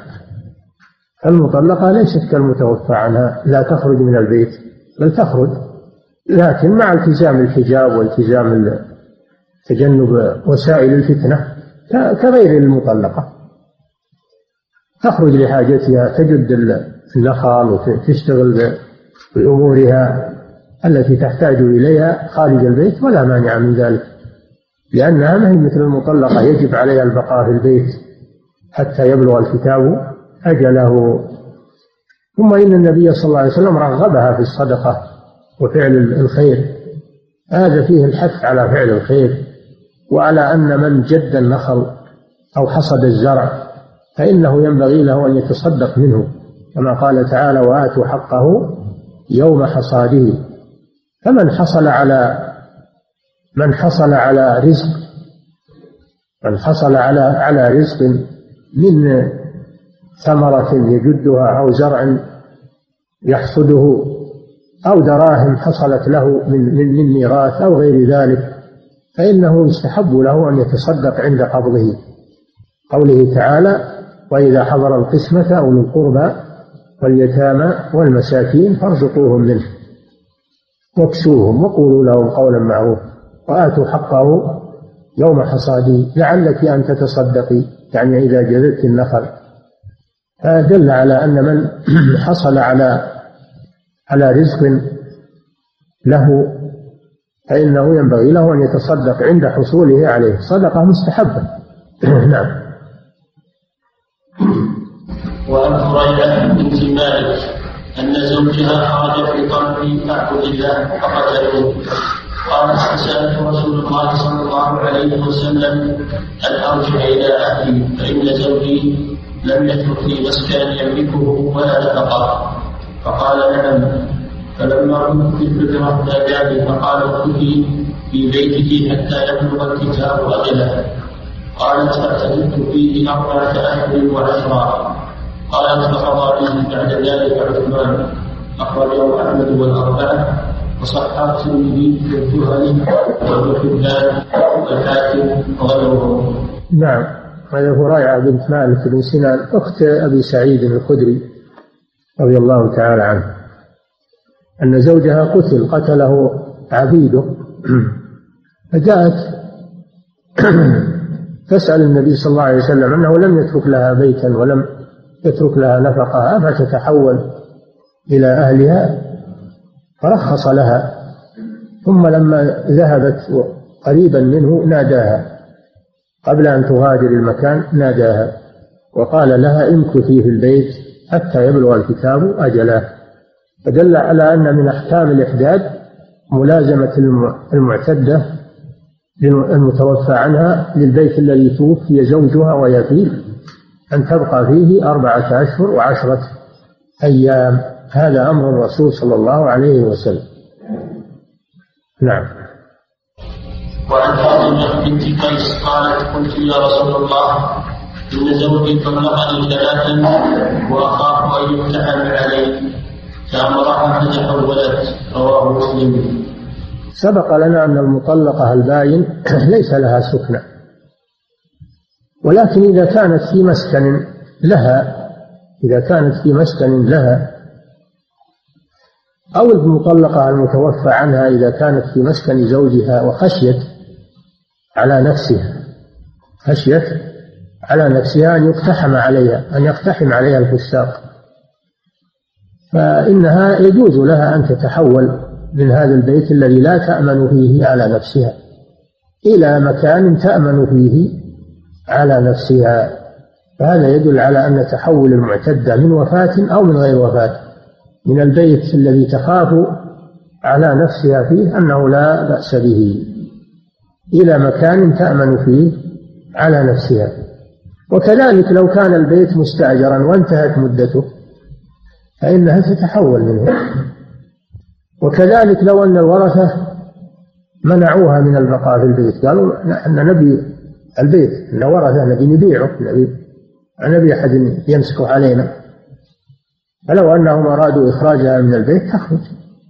المطلقة ليست كالمتوفى عنها لا تخرج من البيت، بل تخرج لكن مع التزام الحجاب والتزام تجنب وسائل الفتنة كغير المطلقة، تخرج لحاجتها، تجد النخل وتشتغل بأمورها التي تحتاج إليها خارج البيت، ولا مانع من ذلك، لأنها ما هي مثل المطلقة يجب عليها البقاء في البيت حتى يبلغ الكتاب أجله. ثم إن النبي صلى الله عليه وسلم رغبها في الصدقة وفعل الخير، هذا فيه الحث على فعل الخير، وعلى أن من جد النخل أو حصد الزرع فإنه ينبغي له أن يتصدق منه، كما قال تعالى: وآتوا حقه يوم حصاده. فمن حصل على من حصل على رزق من حصل على على رزق من ثمرة يجدها أو زرع يحصده أو دراهم حصلت له من من ميراث أو غير ذلك، فإنه يستحب له أن يتصدق عند قبضه، قوله تعالى: وإذا حضر القسمة أولو القربى واليتامى والمساكين فارزقوهم منه واكسوهم وقولوا لهم قولا معروفا وآتوا حقه يوم حصاده لعلك أن تتصدقي، يعني إذا جذبت النخل. فدل على أن من حصل على على رزق له فإنه ينبغي له أن يتصدق عند حصوله عليه، صدقة مستحبة. نعم. وعن هريرة بنت مالك أن زوجها خرج في طلب أعبد الله فقتلوه. قالت: فسألت رسول الله صلى الله عليه وسلم أن أرجع إلى أهلي فإن زوجي لم يترك لي مسكنا يملكه ولا نفقة، فقال: نعم. فلما كنت في الحجرة ناداني فقال: اكتفي في بيتك حتى يبلغ الكتاب أجله. قالت: فاعتدت فيه أربعة أشهر وعشرا. قالت: فقضى به بعد ذلك عثمان. أخرجه أحمد والأربعة وصححه الترمذي والزهري وابن حبان والحاكم وغيرهم. نعم. هذا هريرة بنت مالك بن سنان أخت أبي سعيد الخدري رضي الله تعالى عنه، أن زوجها قتل قتله عبيده، فجاءت تسأل النبي صلى الله عليه وسلم أنه لم يترك لها بيتا ولم يترك لها نفقة فتتحول إلى أهلها، فرخص لها. ثم لما ذهبت قريبا منه ناداها قبل أن تغادر المكان، ناداها وقال لها: امكثي في البيت حتى يبلغ الكتاب أجله. فدل على أن من أحكام الإحداد ملازمة المعتدة المتوفى عنها للبيت الذي توفي زوجها وهي فيه أن تبقى فيه أربعة أشهر وعشرة أيام. هذا أمر الرسول صلى الله عليه وسلم. نعم. وعن فاطمة بنت قيس قالت: قلت يا رسول الله إن زوجي طلقني ثلاثا وأخاف أن يمتحن علي، فأمرها فتحولت. رواه مسلم. سبق لنا أن المطلقة الباين ليس لها سكنى، ولكن إذا كانت في مسكن لها إذا كانت في مسكن لها أو المطلقة المتوفى عنها إذا كانت في مسكن زوجها وخشيت على نفسها خشيت على نفسها أن يقتحم عليها أن يقتحم عليها الفساق، فإنها يجوز لها أن تتحول من هذا البيت الذي لا تأمن فيه على نفسها إلى مكان تأمن فيه على نفسها. فهذا يدل على أن تحول المعتدة من وفاة أو من غير وفاة من البيت الذي تخاف على نفسها فيه أنه لا بأس به إلى مكان تأمن فيه على نفسها. وكذلك لو كان البيت مستأجرا وانتهت مدته فإنها تتحول منه. وكذلك لو أن الورثة منعوها من البقاء في البيت، قالوا نحن نبي البيت، إن ورثة نبي نبيعه، نبي نبي أحد يمسكه علينا، فلو أنهم أرادوا إخراجها من البيت تخرج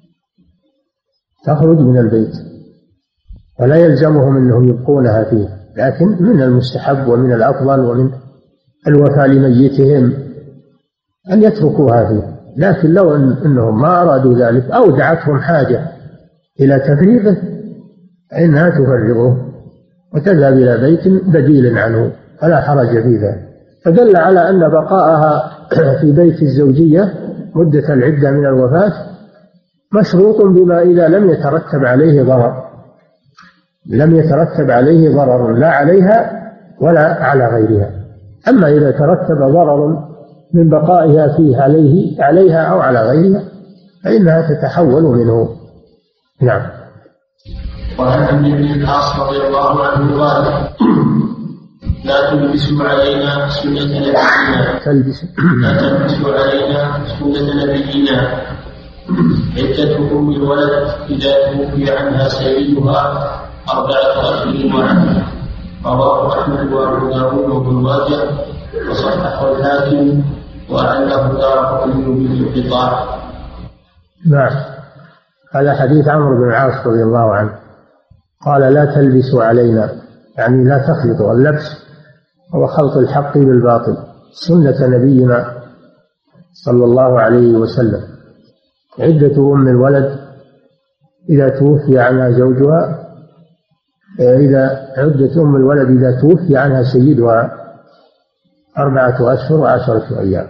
تخرج من البيت ولا يلزمهم أنهم يبقونها فيه، لكن من المستحب ومن الأفضل ومن الوفاء لميتهم أن يتركوها فيه. لكن لو أن أنهم ما أرادوا ذلك أو دعتهم حاجة إلى تفريغه فإنها تفرغه وتذهب إلى بيت بديل عنه فلا حرج في ذلك. فدل على أن بقاءها في بيت الزوجية مدة العدة من الوفاة مشروط بما إذا لم يترتب عليه ضرر، لم يترتب عليه ضرر لا عليها ولا على غيرها. أما إذا ترتب ضرر من بقائها فيه عليه عليها أو على غيرها فإنها تتحول منه. نعم. وعن عمرو بن العاص رضي الله عنه قال: لا تلبسوا علينا سنة نبينا تلبس لا تلبسوا علينا سنة نبينا عدة أم الولد إذا توفي عنها سيدها أربعة أشهر وعنها. رواه أحمد وأبو داود وابن ماجه وصححه الحاكم وأعله الدارقطني بالانقطاع. نعم. هذا حديث عمرو بن العاص رضي الله عنه قال: لا تلبسوا علينا، يعني لا تخلطوا. اللبس هو خلط الحق بالباطل، سنة نبينا صلى الله عليه وسلم. عدة أم الولد إذا توفي عنها زوجها إذا عدة أم الولد إذا توفي عنها سيدها أربعة أشهر وعشرة أيام.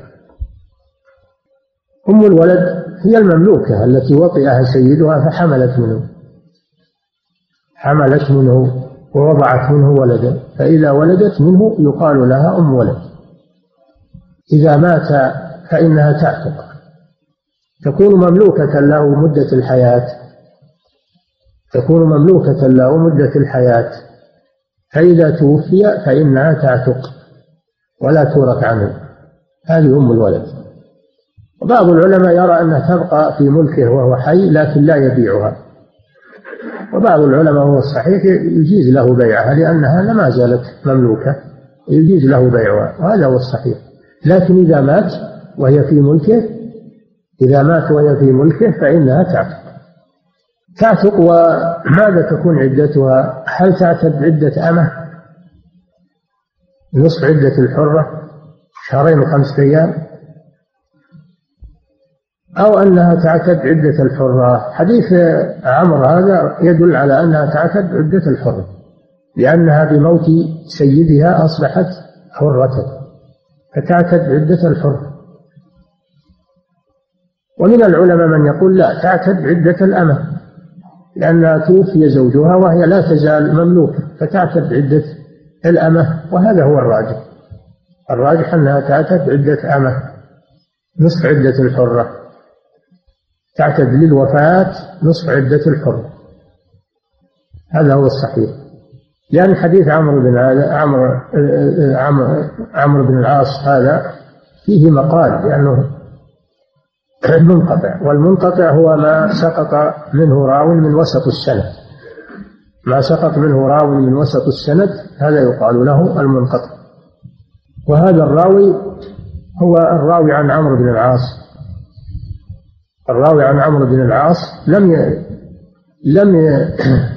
أم الولد هي المملوكة التي وطئها سيدها فحملت منه حملت منه ووضعت منه ولدا، فإذا ولدت منه يقال لها أم ولد. إذا مات فإنها تعتق، تكون مملوكة له مدة الحياة تكون مملوكة له مدة الحياة فإذا توفي فإنها تعتق ولا تورث عنه. هذه أم الولد. وبعض العلماء يرى أنها تبقى في ملكه وهو حي لكن لا يبيعها، وبعض العلماء هو الصحيح يجيز له بيعها لأنها لما زالت مملوكة، يجيز له بيعها، وهذا هو الصحيح. لكن إذا مات وهي في ملكه إذا مات وهي في ملكه فإنها تعتق تعتق وماذا تكون عدتها؟ هل تعتد عدة أمة نصف عدة الحرة شهرين وخمسة أيام، أو أنها تعتد عدة الحرة؟ حديث عمرو هذا يدل على أنها تعتد عدة الحرة لأنها بموت سيدها أصبحت حرة فتعتد عدة الحرة. ومن العلماء من يقول لا، تعتد عدة الأمة لأنها توفي زوجها وهي لا تزال مملوكة فتعتد عدة الأمة، وهذا هو الراجح. الراجح أنها تعتد عدة أمة نصف عدة الحرة، تعتد للوفاة نصف عدة الحرة، هذا هو الصحيح. لأن حديث عمرو بن هذا عمرو عمرو بن العاص هذا فيه مقال لأنه منقطع، والمنقطع هو ما سقط منه راو من وسط السند. ما سقط منه راو من وسط السند هذا يقال له المنقطع. وهذا الراوي هو الراوي عن عمرو بن العاص. الراوي عن عمرو بن العاص لم ي... لم ي...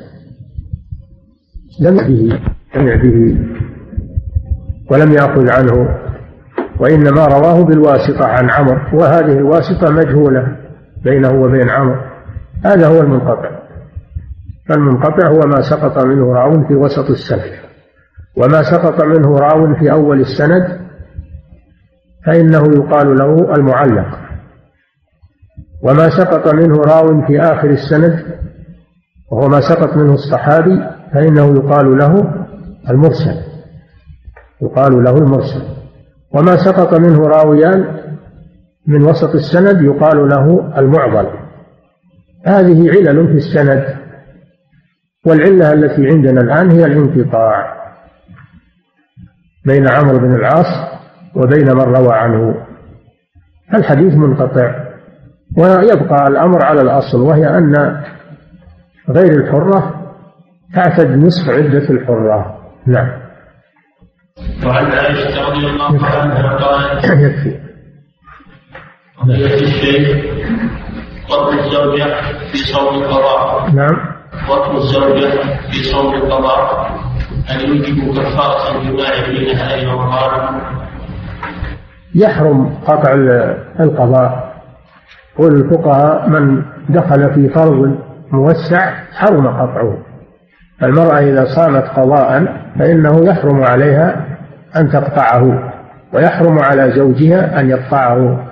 لم به لم به ولم يأخذ عنه، وإنما رواه بالواسطة عن عمرو، وهذه الواسطة مجهولة بينه وبين عمرو. هذا هو المنقطع. فالمنقطع هو ما سقط منه راو في وسط السند، وما سقط منه راو في أول السند فإنه يقال له المعلق، وما سقط منه راو في آخر السند وهو ما سقط منه الصحابي فإنه يقال له المرسل يقال له المرسل وما سقط منه راويان من وسط السند يقال له المعضل. هذه علل في السند، والعلة التي عندنا الآن هي الانقطاع بين عمرو بن العاص وبين من روى عنه. الحديث منقطع، ويبقى الأمر على الأصل، وهي أن غير الحرة تعتد نصف عدة الحرة. نعم. وعن عائشة رضي الله عنها قالت: يكفي. قضية الشيخ وطن الزوجة في صوم القضاء. نعم. وطن الزوجة في صوم القضاء هل يوجب كفارة الجماع في نهار رمضان؟ يحرم قطع القضاء. قول الفقهاء: من دخل في فرض موسع حرم قطعه. المرأة إذا صامت قضاء فإنه يحرم عليها أن تقطعه، ويحرم على زوجها أن يقطعه.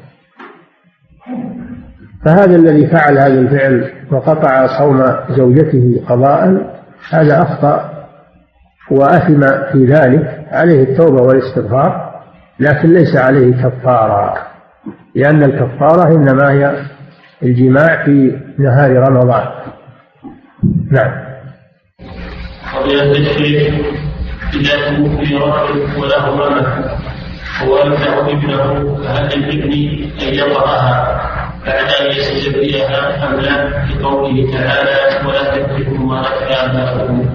فهذا الذي فعل هذا الفعل وقطع صوم زوجته قضاء هذا أخطأ وأثم في ذلك، عليه التوبة والاستغفار، لكن ليس عليه كفارة، لأن الكفارة إنما هي الجماع في نهار رمضان. نعم. فضيلة الشيخ، إذا توفي رجل وله أمة وولده ابنه فهل للابن أن يضعها بعد أن يستجبيها أم لا؟ لقوله تعالى ولا تكتبوا ما نفع آباؤكم.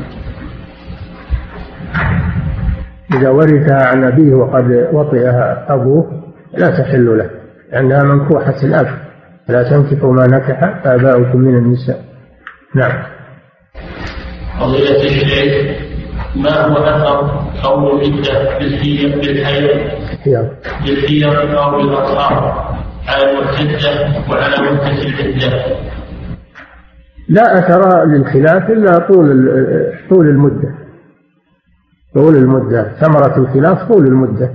إذا ورثها عن أبيه وقد وطئها أبوه لا تحل له، لأنها منكوحة الأب، لا تنكحوا ما نكح آباؤكم من النساء. نعم. فضيلة الشيخ، ما هو أثر قول العدة بالحيض بالحيض أو بالأطهار على المعتدة وعلى مدة العدة؟ لا أثر للخلاف إلا طول طول المدة. طول المدة ثمرة الخلاف طول المدة.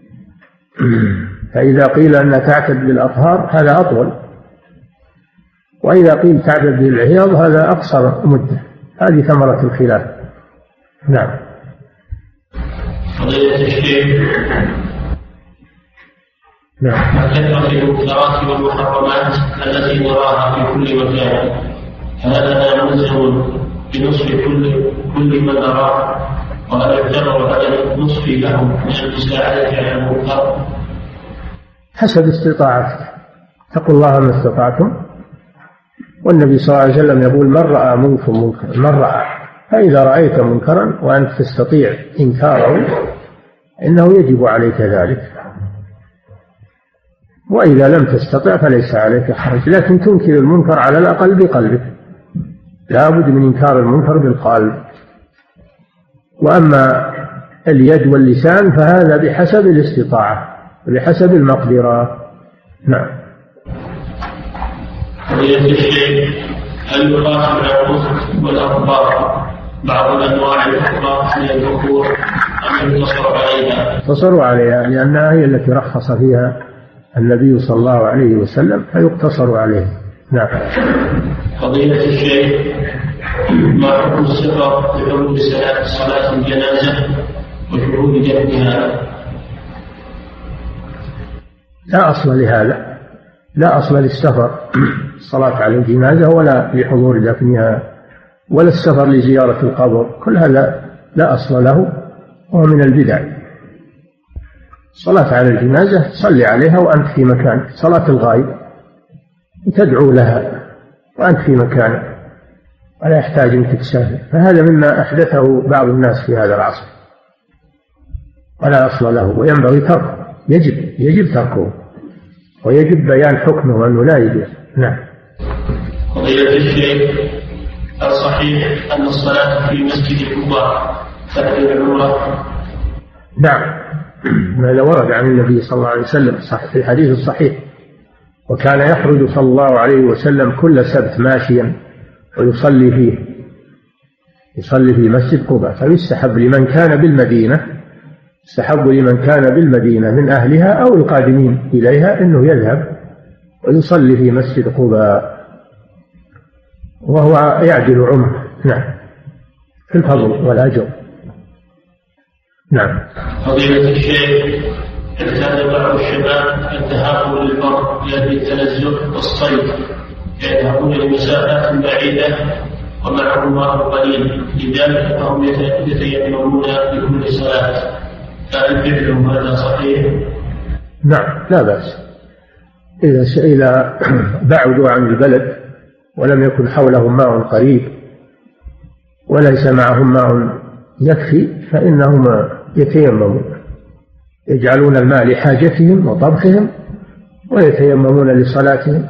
فإذا قيل أن تعتد بالأطهار هذا أطول، وإذا قيل تعتد بالحيض هذا أقصر مدة. هذه ثمرة الخلاف. نعم. فضيلة الشيخ، نعم. كثرة المنكرات والمحرمات التي نراها في كل مكان، فهذا ملزم بنصف كل كل من نراه، وهل يعتبر هذا النصف له من المساعدة على المنكر؟ حسب استطاعتك، اتقوا الله ما استطعتم. والنبي صلى الله عليه وسلم يقول من رأى منكم منكرا، من رأى، فإذا رأيت منكرا وأنت تستطيع إنكاره إنه يجب عليك ذلك، وإذا لم تستطع فليس عليك حرج، لكن تنكر المنكر على الأقل بقلبك، لا بد من إنكار المنكر بالقلب. وأما اليد واللسان فهذا بحسب الاستطاعة وبحسب المقدرة. نعم. فضيلة الشيخ، هل يقاس على الرزق والأخبار بعض الأنواع الأخرى من الذكور أم يقتصر عليها؟ يقتصر عليها لأنها هي التي رخص فيها النبي صلى الله عليه وسلم، فيقتصر عليها. نعم. فضيلة الشيخ، ما حكم السفر بحضور صلاة الجنازة وشهود دفنها؟ لا أصل لهذا، لا أصل للسفر الصلاة على الجنازة ولا لحضور دفنها ولا السفر لزيارة القبر، كل هذا لا أصل له وهو من البدع. الصلاة على الجنازة صلي عليها وأنت في مكانك، صلاة الغائب تدعو لها وأنت في مكانك ولا يحتاج أنك تسافر، فهذا مما أحدثه بعض الناس في هذا العصر ولا أصل له، وينبغي تركه، يجب يجب تركه، ويجب بيان حكمه وأنه لا يجوز. نعم. فضيلة الشيخ، الصحيح أن الصلاة في مسجد قباء تكفي العمرة؟ نعم، هذا ورد عن النبي صلى الله عليه وسلم في الحديث الصحيح، وكان يخرج صلى الله عليه وسلم كل سبت ماشيا ويصلي فيه، يصلي في مسجد قباء، فيستحب لمن كان بالمدينة استحب لمن كان بالمدينة من أهلها أو القادمين إليها أنه يذهب ويصلي في مسجد قباء، وهو يعدل عمره. نعم، في الفضل والأجر. نعم. فضيلة الشيخ، اعتاد بعض الشباب الذهاب للبر لأجل التنزه والصيد، يذهبون لمسافات بعيدة ومعهم ماء قليل، لذلك فهم يتيممون لكل صلاة، فهل فعلهم هذا صحيح؟ نعم، لا بأس. إذا إذا بعدوا عن البلد ولم يكن حولهم ماء قريب وليس معهم ماء يكفي فإنهم يتيممون، يجعلون الماء لحاجتهم وطبخهم ويتيممون لصلاتهم.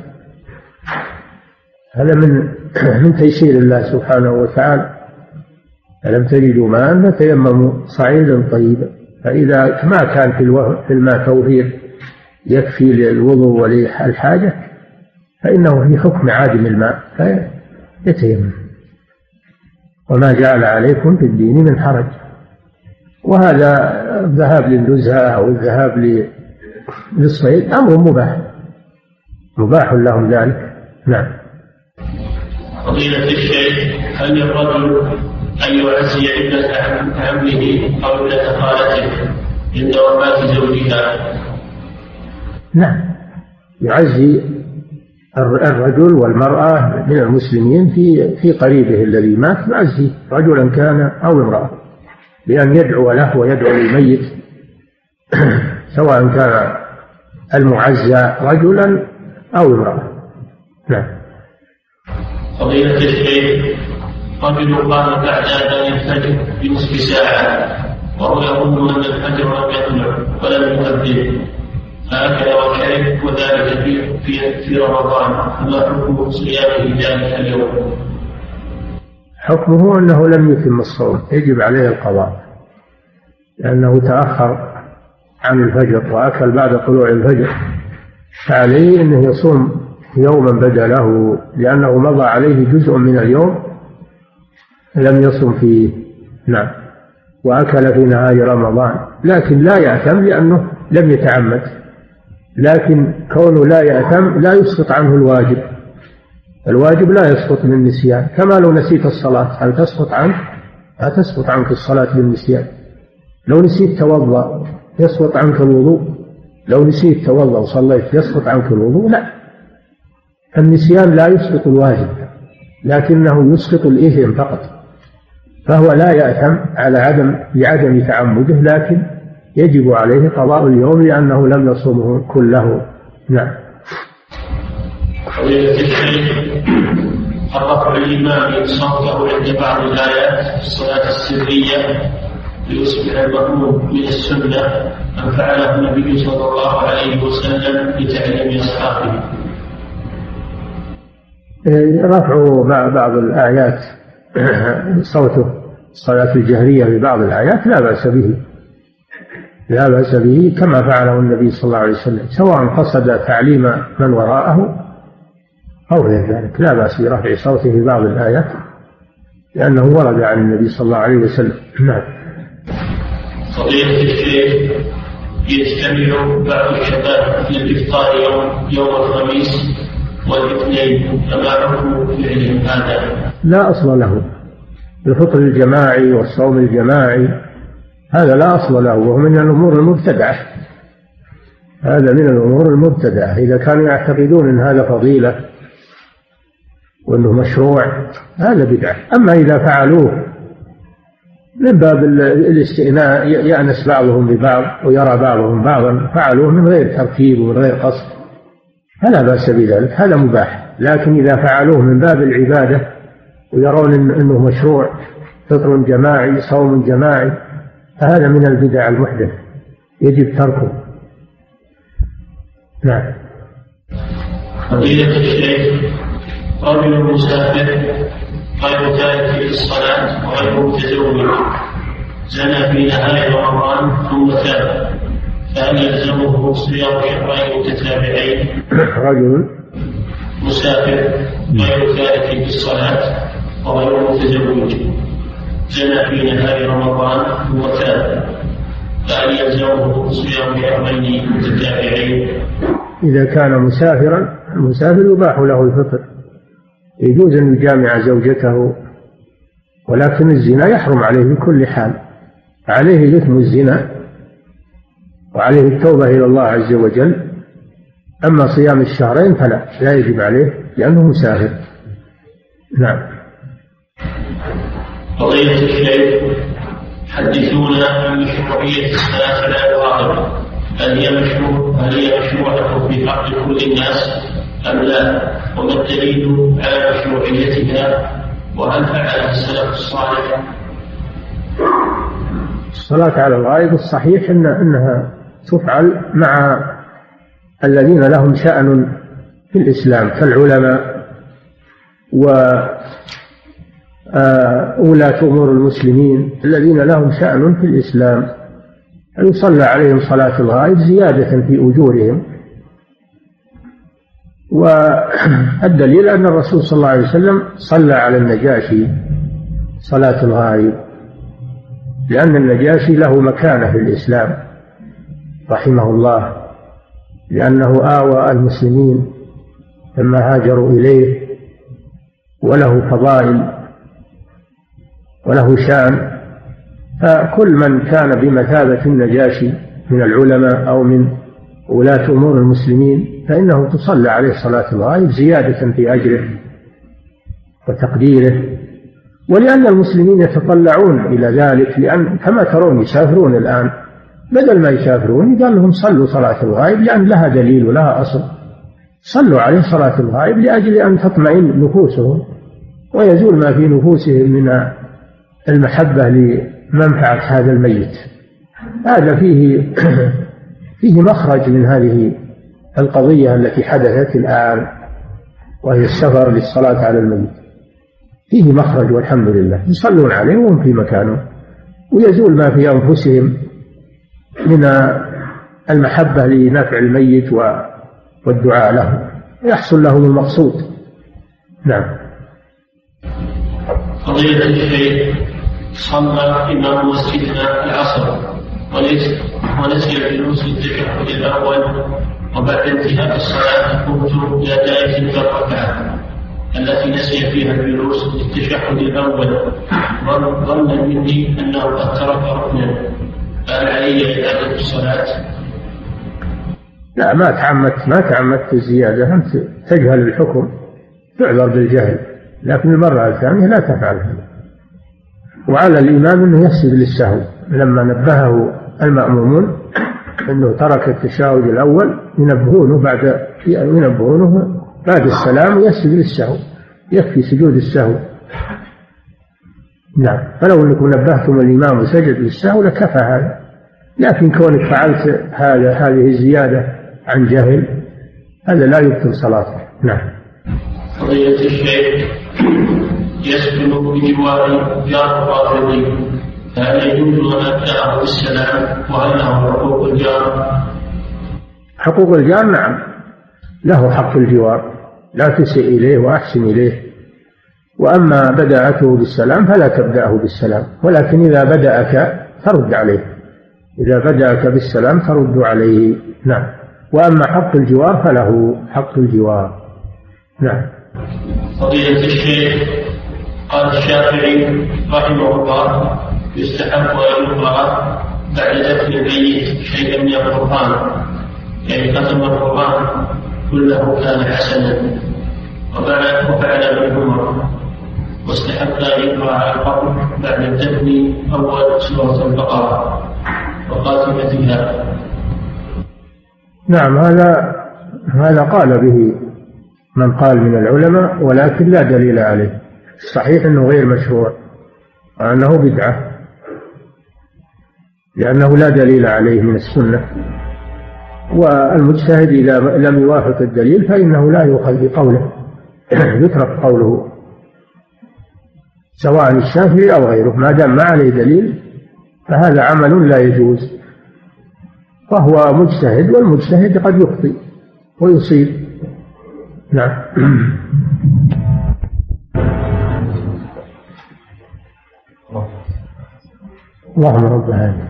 هذا من من تيسير الله سبحانه وتعالى. ألم تجدوا ماء فتيمموا صعيدا طيبا، فإذا ما كان في الماء توفير يكفي للوضوء وللحاجة فإنه في حكم عادم الماء يتيمم. وما جعل عليكم في الدين من حرج. وهذا الذهاب للنزهة أو الذهاب للصيد أمر مباح مباح لهم ذلك. نعم. فضيلة الشيخ، هل الرجل أن يعزي ابنة عمه أو ابنة خالته عند وفاة زوجها؟ نعم، يعزي الرجل والمرأة من المسلمين في في قريبه الذي مات، يعزي رجلا كان أو امرأة بأن يدعو له ويدعو للميت سواء كان المعزى رجلا أو امرأة. نعم. فضيلة الشيخ، رجل قام بعد أذان الفجر بنصف ساعة وهو يظن أن الفجر لم يطلع ولم يؤذن، فأكل وشرب وذلك في في في رمضان، فما حكم صيامه ذلك اليوم؟ حكمه أنه لم يتم الصوم، يجب عليه القضاء لأنه تأخر عن الفجر وأكل بعد طلوع الفجر، فعليه أنه يصوم يوما بدله لأنه مضى عليه جزء من اليوم لم يصم فيه. نعم. وأكل في نهار رمضان، لكن لا يأثم لأنه لم يتعمد، لكن كونه لا يأثم لا يسقط عنه الواجب. الواجب لا يسقط من النسيان، كما لو نسيت الصلاة هل تسقط عنك؟ لا تسقط عنك الصلاة بالنسيان. لو نسيت توضأ يسقط عنك الوضوء، لو نسيت توضأ وصليت يسقط عنك الوضوء؟ لا، النسيان لا يسقط الواجب لكنه يسقط الإثم فقط، فهو لا يأثم على عدم لعدم تعمده، لكن يجب عليه قضاء اليوم لأنه لم يصومه كله. نعم. فضيلة الشيخ، رفع الإمام صوته عند بعض الآيات في الصلاة السرية ليصبح المأموم من السنة أم فعله النبي صلى الله عليه وسلم لتعليم أصحابه؟ رفع بعض الآيات صوته الصلاة الجهرية ببعض الآيات لا بأس به، لا بأس به كما فعله النبي صلى الله عليه وسلم، سواء قصد تعليم من وراءه أو غير ذلك، لا بأس برفع صوته في بعض الآيات لأنه ورد عن النبي صلى الله عليه وسلم. نعم. فضيلة الشيخ، يجتمع بعض الشباب في الإفطار يوم يوم الخميس والاثنين، فما حكم فعلهم هذا؟ لا أصل له، الفطر الجماعي والصوم الجماعي هذا لا أصل له، وهو من الأمور المبتدعة، هذا من الأمور المبتدعة. إذا كانوا يعتقدون أن هذا فضيلة وأنه مشروع هذا بدعة. أما إذا فعلوه من باب الاستئناء يأنس بعضهم ببعض ويرى بعضهم بعضا، فعلوه من غير ترتيب ومن غير قصد فلا بأس بذلك، هذا مباح. لكن إذا فعلوه من باب العبادة ويرون أنه مشروع فطر جماعي صوم جماعي فهذا من البدع المحدث يجب تركه. نعم. فضيلة الشيخ، رجل مسافر غير تارك للصلاة وغير متزوج زنى في نهار رمضان ثم تاب، فهل يلزمه صيام شهرين متتابعين؟ رجل مسافر غير تارك للصلاة وغير متزوج زنى في نهار رمضان ثم تاب، فهل يلزمه صيام شهرين متتابعين؟ إذا كان مسافرا المسافر يباح له الفطر، يجوز أن يجامع زوجته، ولكن الزنا يحرم عليه بكل حال، عليه إثم الزنا وعليه التوبة إلى الله عز وجل. أما صيام الشهرين فلا لا يجب عليه لأنه مسافر. نعم. فضيلة الشيخ، حدثونا عن مشروعية الصلاة على الغائب، هل هي مشروع هل هي مشروعة في حق كل الناس أم لا؟ وما الدليل على مشروعيتها؟ وهل فعلها السلف الصالح؟ الصلاة على الغائب الصحيح إن أنها تفعل مع الذين لهم شأن في الإسلام كالعلماء وولاة أمور المسلمين الذين لهم شأن في الإسلام، يصلى عليهم صلاة الغائب زيادة في أجورهم والدليل أن الرسول صلى الله عليه وسلم صلى على النجاشي صلاة الغائب، لأن النجاشي له مكانة في الإسلام رحمه الله، لأنه آوى المسلمين لما هاجروا إليه، وله فضائل وله شان. فكل من كان بمثابة النجاشي من العلماء أو من ولاة أمور المسلمين فإنه تصلى عليه صلاة الغائب زيادة في أجره وتقديره. ولأن المسلمين يتطلعون إلى ذلك، لأن كما ترون يسافرون الآن، بدل ما يسافرون قال لهم صلوا صلاة الغائب، لأن لها دليل ولها أصل. صلوا عليه صلاة الغائب لأجل أن تطمئن نفوسهم ويزول ما في نفوسهم من المحبة لمنفعة هذا الميت. هذا فيه فيه مخرج من هذه القضية التي حدثت الآن، وهي السفر للصلاة على الميت. فيه مخرج والحمد لله، يصلون عليه وهم في مكانه، ويزول ما في أنفسهم من المحبة لنفع الميت والدعاء له، يحصل لهم المقصود. نعم. فضيلة الشيخ، صلى إمام مسجدنا العصر ونسي الجلوس للتشهد الأول، وبعد انتهاء الصلاة قمت إلى دائرة الركعة التي نسي فيها الجلوس للتشهد الأول، ظنا مني أنه قد ترك ركنا، فهل علي إعادة الصلاة؟ لا، ما تعمدت ما تعمدت الزيادة، أنت تجهل الحكم تعذر بالجهل، لكن المرة الثانية لا تفعل هذا. وعلى الإمام أنه يسجد للسهو، لما نبهه المأمومون أنه ترك التشهد الأول ينبهونه بعد ينبهونه بعد السلام يسجد للسهو، يكفي سجود السهو. نعم. فلو أنكم نبهتم الإمام وسجد للسهو لكفى هذا، لكن كونك فعلت هذا هذه الزيادة عن جهل هذا لا يبطل صلاته. نعم. فضيلة الشيخ، يسكن بجوار جار رافضي، فهل يجوز أن أبدأه بالسلام؟ وهل له حقوق الجار؟ حقوق الجار نعم، له حق الجوار، لا تسئ إليه وأحسن إليه. وأما بدأته بالسلام فلا تبدأه بالسلام، ولكن إذا بدأك ترد عليه، إذا بدأك بالسلام ترد عليه. نعم. وأما حق الجوار فله حق الجوار. نعم. فضيلة الشيخ، قال الشافعي رحمه الله يستحب أن يقرأ بعد دفن الميت شيئا من القرآن، يعني ختم القرآن كله كان حسنا، وفعل ابن عمر، واستحب أن يقرأ على القبر بعد الدفن أول سورة البقرة وخاتمتها. نعم، هذا هذا قال به من قال من العلماء، ولكن لا دليل عليه. الصحيح أنه غير مشروع وأنه بدعة، لأنه لا دليل عليه من السنة، والمجتهد إذا لم يوافق الدليل فإنه لا يؤخذ بقوله، يترك قوله سواء الشافعي أو غيره، ما دام ما عليه دليل فهذا عمل لا يجوز، وهو مجتهد، والمجتهد قد يخطئ ويصيب. نعم. اللهم رب العالمين.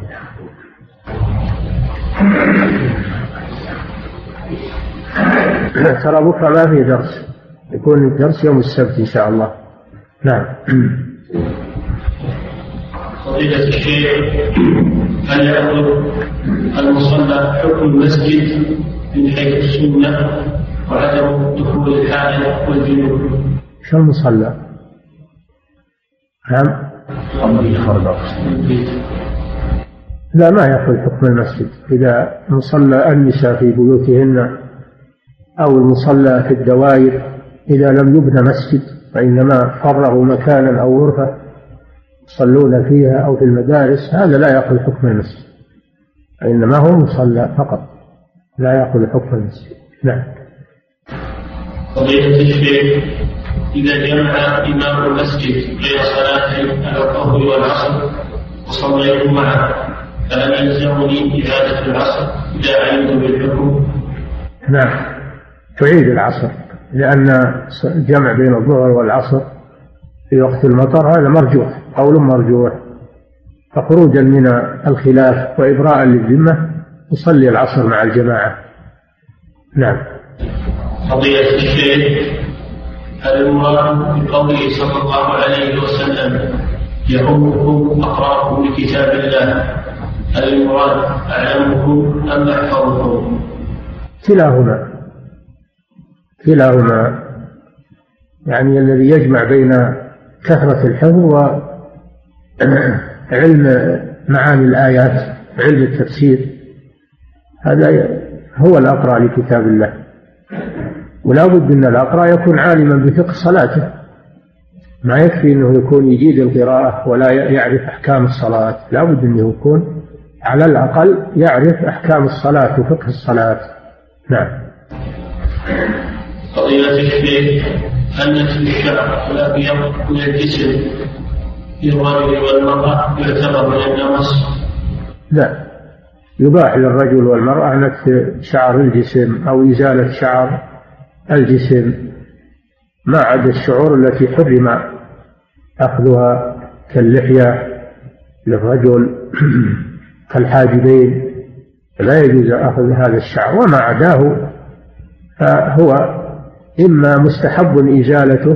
ترى بكرة ما في درس، يكون الدرس يوم السبت إن شاء الله. نعم. فضيلة الشيخ، هل يأخذ المصلى حكم المسجد من حيث السنة وعدم دخول الحائط والجنوب؟ شو المصلى؟ نعم. لا، ما يأخذ حكم المسجد. إذا مصلى النساء في بيوتهن أو المصلى في الدوائر إذا لم يبنى مسجد فإنما فرغوا مكانا أو غرفة يصلون فيها أو في المدارس، هذا لا يأخذ حكم المسجد، إنما هو مصلى فقط، لا يأخذ حكم المسجد. نعم. فضيلة الشيخ، إذا جمع إمام المسجد بين صلاتي الظهر والعصر وصليت معه فهل يلزمني إعادة العصر إذا علمت بالحكم؟ نعم. تعيد العصر، لأن الجمع بين الظهر والعصر في وقت المطر هذا مرجوح، قول مرجوح، فخروجا من الخلاف وإبراء للذمة يصلي العصر مع الجماعة. نعم. فضيلة الشيخ، هل المراد بقوله صلى الله عليه وسلم يؤمكم أقرأكم لكتاب الله، هل المراد أعلمكم أم أحفظكم؟ كلاهما كلاهما يعني الذي يجمع بين كثرة الحفظ وعلم معاني الآيات، علم التفسير، هذا هو الأقرأ لكتاب الله. ولا بد أن الأقرأ يكون عالما بفقه صلاته، ما يكفي أنه يكون يجيد القراءة ولا يعرف أحكام الصلاة، لا بد أنه يكون على الأقل يعرف أحكام الصلاة وفقه الصلاة. نعم. فضيلة الشيخ، هل نتف الشعر الأبيض من الجسم في الرجل والمرأة يعتبر من النمص؟ لا، يباح للرجل والمرأة نتف شعر الجسم أو إزالة شعر الجسم، ما عدا الشعور التي حرم أخذها كاللحية للرجل كالحاجبين، لا يجوز أخذ هذا الشعر، وما عداه فهو إما مستحب إزالته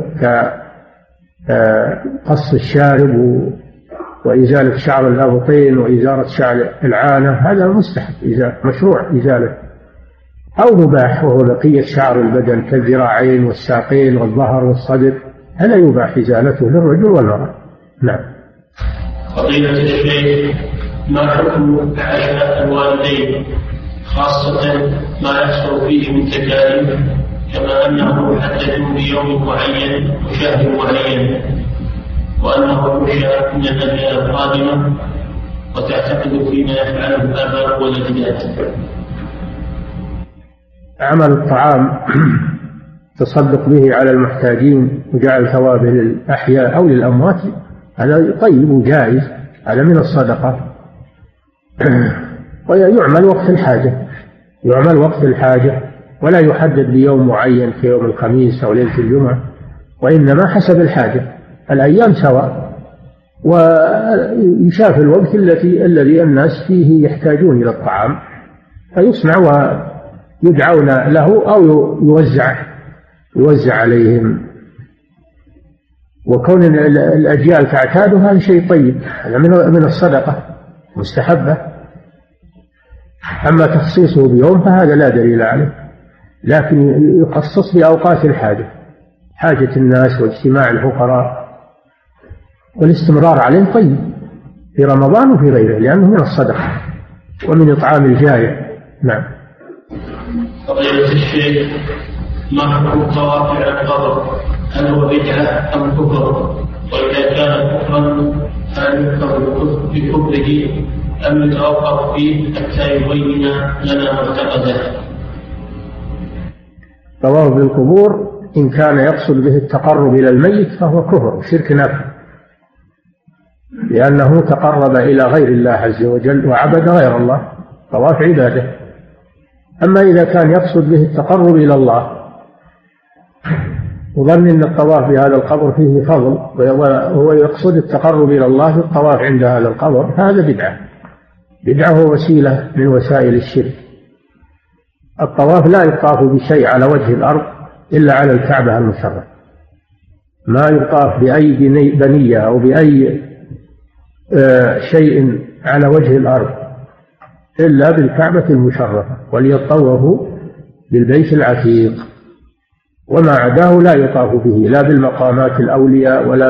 كقص الشارب وإزالة شعر الأبطين وإزالة شعر العانة، هذا مستحب إزالة مشروع إزالة، أو مباح وهو بقية شعر البدن كالذراعين والساقين والظهر والصدر، هذا يباح إزالته للرجل والمرأة. نعم. فضيلة الشيخ، ما حكم عشاء الوالدين خاصة ما يحصل فيه من تكاليف، كما أنه حددوا بيوم معين وشهر معين، وأنه يشاء من الأجيال القادمة وتعتقد فيما يفعله الآباء والأجداد؟ عمل الطعام تصدق به على المحتاجين وجعل ثوابه للأحياء أو للأموات، هذا طيب وجائز، هذا من الصدقة، ويعمل وقت الحاجة، يعمل وقت الحاجة ولا يحدد بيوم معين في يوم الخميس أو ليلة الجمعة، وإنما حسب الحاجة، الأيام سواء، ويشاف الوقت التي الذي الناس فيه يحتاجون إلى الطعام فيصنع ويدعون له أو يوزع يوزع عليهم. وكون الأجيال تعتاده هذا شيء طيب، هذا من الصدقة مستحبة. أما تخصيصه بيوم فهذا لا دليل عليه، لكن يخصص لأوقات الحاجة، حاجة الناس واجتماع الفقراء والاستمرار عليه طيب في رمضان وفي غيره، لأنه من الصدقة ومن إطعام الجائع. نعم. فضيلة الشيخ، ما حكم الطواف على القبر؟ هل هو بدعة أم كفر؟ وإذا كان كفرا هل يكفر بكفره أم يتوقف فيه حتى يبين لنا معتقده؟ طواف بالقبور إن كان يقصد به التقرب إلى الميت فهو كفر شرك نفي، لأنه تقرب إلى غير الله عز وجل وعبد غير الله، طواف عباده. أما إذا كان يقصد به التقرب إلى الله وظن أن الطواف بهذا القبر فيه فضل وهو يقصد التقرب إلى الله في الطواف عند هذا القبر، هذا بدعة، بدعة وسيلة من وسائل الشرك. الطواف لا يطاف بشيء على وجه الأرض إلا على الكعبة المشرفة، ما يطاف بأي بنية أو بأي شيء على وجه الأرض إلا بالكعبة المشرفة، وليطوفوا بالبيت العتيق، وما عداه لا يطاف به لا بالمقامات الأولياء ولا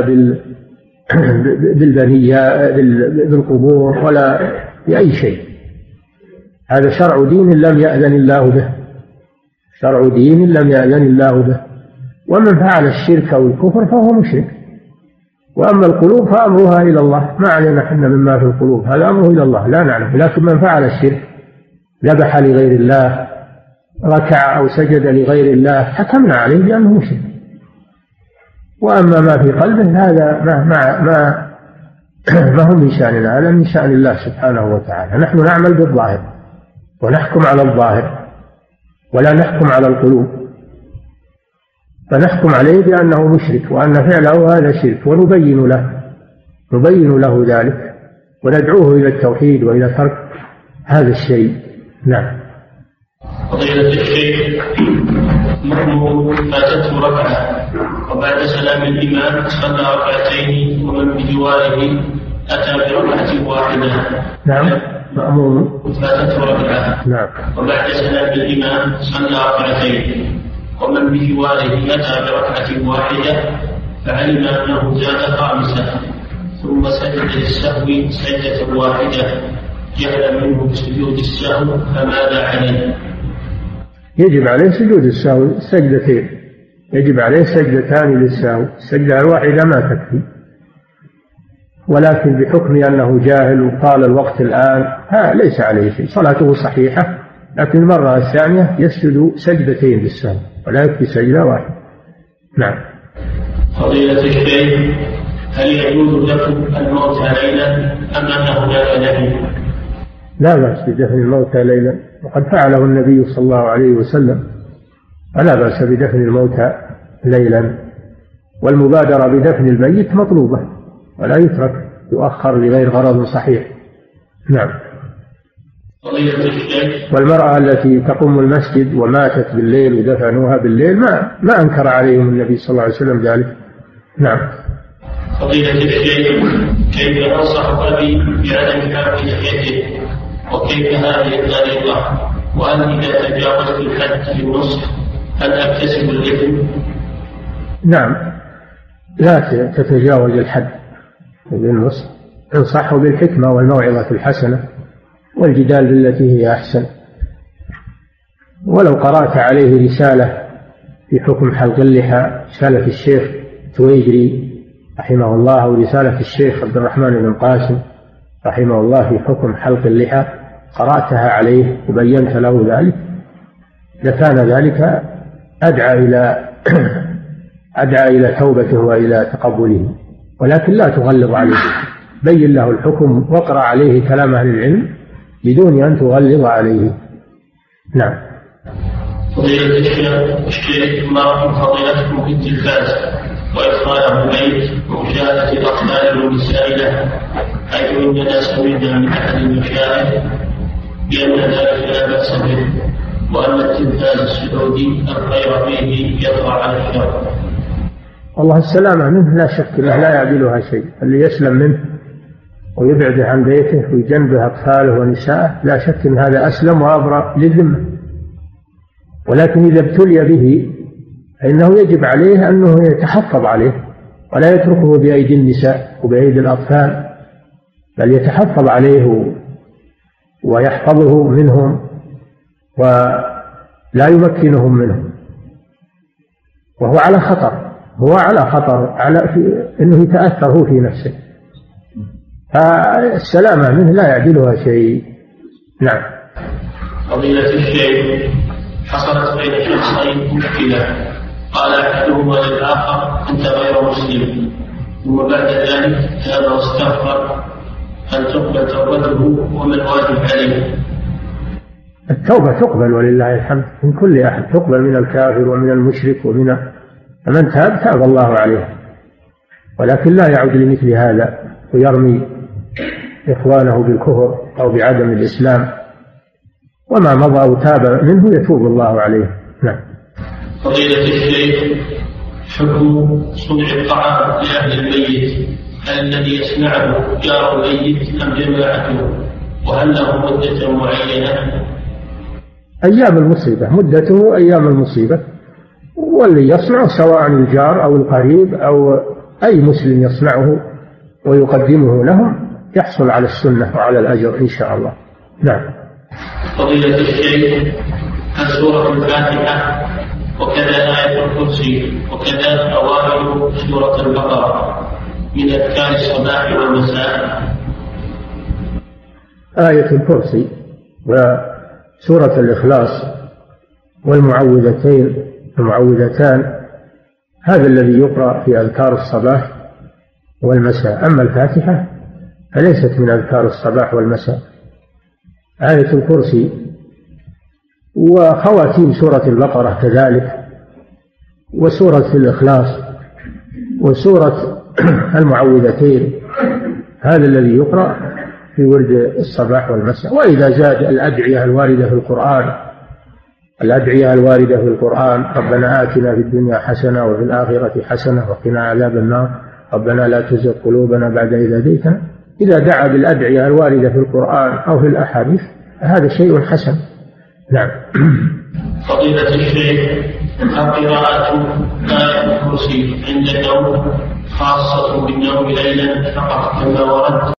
بالبنية بالقبور ولا بأي شيء. هذا شرع دين لم يأذن الله به، شرع دين لم يأذن الله به. ومن فعل الشرك أو الكفر فهو مشرك. وأما القلوب فأمرها إلى الله، ما علينا حنا مما في القلوب، هذا أمره إلى الله لا نعلم. لكن من فعل الشرك ذبح لغير الله، ركع أو سجد لغير الله، حكمنا عليه بأنه مشرك. وأما ما في قلبه هذا ما ما ما, ما هو من شأننا، هذا من شأن الله سبحانه وتعالى. نحن نعمل بالظاهر ونحكم على الظاهر ولا نحكم على القلوب. فنحكم عليه بأنه مشرك وأن فعله هذا شرك، ونبين له نبين له ذلك وندعوه إلى التوحيد وإلى ترك هذا الشيء. نعم. فضيلة الشيخ، مأمور فاتته ركعة وبعد سلام الإمام صلى ركعتين ومن بجواره أتى بركعة واحدة. نعم. مأمور فاتته ركعة. نعم. وبعد سلام الإمام صلى ركعتين ومن بجواره أتى بركعة واحدة، فعلم أنه زاد خامسة ثم سجد للسهو سجدة واحدة جهلا منه بسجود السهو، فماذا عليه؟ يجب عليه سجود السهو سجدتين، يجب عليه سجدتان للسهو، السجدة الواحدة ما تكفي، ولكن بحكم أنه جاهل وقال الوقت الآن ها ليس عليه شيء، صلاته صحيحة، لكن المرة الثانية يسجد سجدتين للسهو ولا يكفي سجدة واحدة. نعم. فضيلة الشيخ، هل يجوز لكم الموت ليلا أم أنه لا نهي؟ لا بأس بدفن الموتى ليلا، وقد فعله النبي صلى الله عليه وسلم، فلا بأس بدفن الموتى ليلا، والمبادرة بدفن الميت مطلوبة ولا يترك يؤخر لغير غرض صحيح. نعم. والمرأة التي تقوم المسجد وماتت بالليل ودفنوها بالليل ما ما أنكر عليهم النبي صلى الله عليه وسلم ذلك. نعم. فضيلة الشيخ، كيف أنصح أبي بعدم كعب لحيته، وكيف هذه الطريقة، وهل إذا تجاوزت الحد في النصح هل أكتسب الإثم؟ نعم، لا تتجاوز الحد في النصح، انصحه بالحكمة والموعظة الحسنة والجدال بالتي هي أحسن. ولو قرأت عليه رسالة في حكم حلق اللحى، رسالة الشيخ تويجري رحمه الله ورسالة الشيخ عبد الرحمن بن قاسم رحمه الله في حكم حلق اللحى، قرأتها عليه وبينت له ذلك، لكان ذلك أدعى إلى أدعى إلى توبته وإلى تقبله، ولكن لا تغلظ عليه، بين له الحكم واقرأ عليه كلام أهل العلم بدون أن تغلظ عليه. نعم. فضيلة الشيخ، ما رأي فضيلتكم في التلفاز وإدخاله البيت ومشاهدة الأطفال والنساء له، حيث إننا سمعنا من أحد المشايخ بأن ذلك لا بأس به، وأن التلفاز السعودي الخير فيه يطغى على الشر؟ والله السلامة منه لا شك أنه لا يعدلها شيء، اللي يسلم منه ويبعد عن بيته ويجنبه أطفاله ونساءه لا شك أن هذا أسلم وأبرأ للذمة، ولكن إذا ابتلي به فإنه يجب عليه أنه يتحفظ عليه ولا يتركه بأيدي النساء وبأيدي الأطفال، بل يتحفظ عليه ويحفظه منهم ولا يمكنهم منه، وهو على خطر، هو على خطر على أنه يتأثر هو في نفسه، فالسلامة منه لا يعدلها شيء. نعم. فضيلة الشيخ، حصلت بين شخصين مشكلة، قال أحدهما للآخر أنت غير مسلم، ثم بعد ذلك تاب واستغفر، هل تقبل توبته وما الواجب عليه؟ التوبة تقبل ولله الحمد من كل أحد، تقبل من الكافر ومن المشرك ومن من تاب تاب الله عليه، ولكن لا يعود لمثل هذا ويرمي إخوانه بالكفر أو بعدم الإسلام، وما مضى وتاب منه يتوب الله عليه. نعم. فضيلة الشيخ، حكم صنع الطعام لأهل الميت، هل الذي يصنعه جار الميت أم جماعته، وهل له مدة معينة؟ أيام المصيبة، مدته أيام المصيبة، واللي يصنعه سواء الجار أو القريب أو أي مسلم يصنعه ويقدمه لهم يحصل على السنة وعلى الأجر إن شاء الله. نعم. فضيلة الشيخ، هل سورة الفاتحة وكذا آية الكرسي وكذا أوائل سورة البقرة من أذكار الصباح والمساء؟ آية الكرسي وسورة الإخلاص والمعوذتين المعوذتان هذا الذي يقرأ في أذكار الصباح والمساء، أما الفاتحة فليست من أذكار الصباح والمساء. آية الكرسي وخواتيم سورة البقرة كذلك وسورة الإخلاص وسورة المعوذتين، هذا الذي يقرأ في ورد الصباح والمساء. وإذا زاد الأدعية الواردة في القرآن الأدعية الواردة في القرآن: ربنا آتنا في الدنيا حسنة وفي الآخرة حسنة وقنا عذاب النار، ربنا لا تزغ قلوبنا بعد إذ هديتنا. إذا دعا بالأدعية الواردة في القرآن أو في الأحاديث هذا شيء حسن. نعم. فضيلة الشيخ، قراءة آية الكرسي عند النوم خاصة بالنوم ليلا فقط كما ورد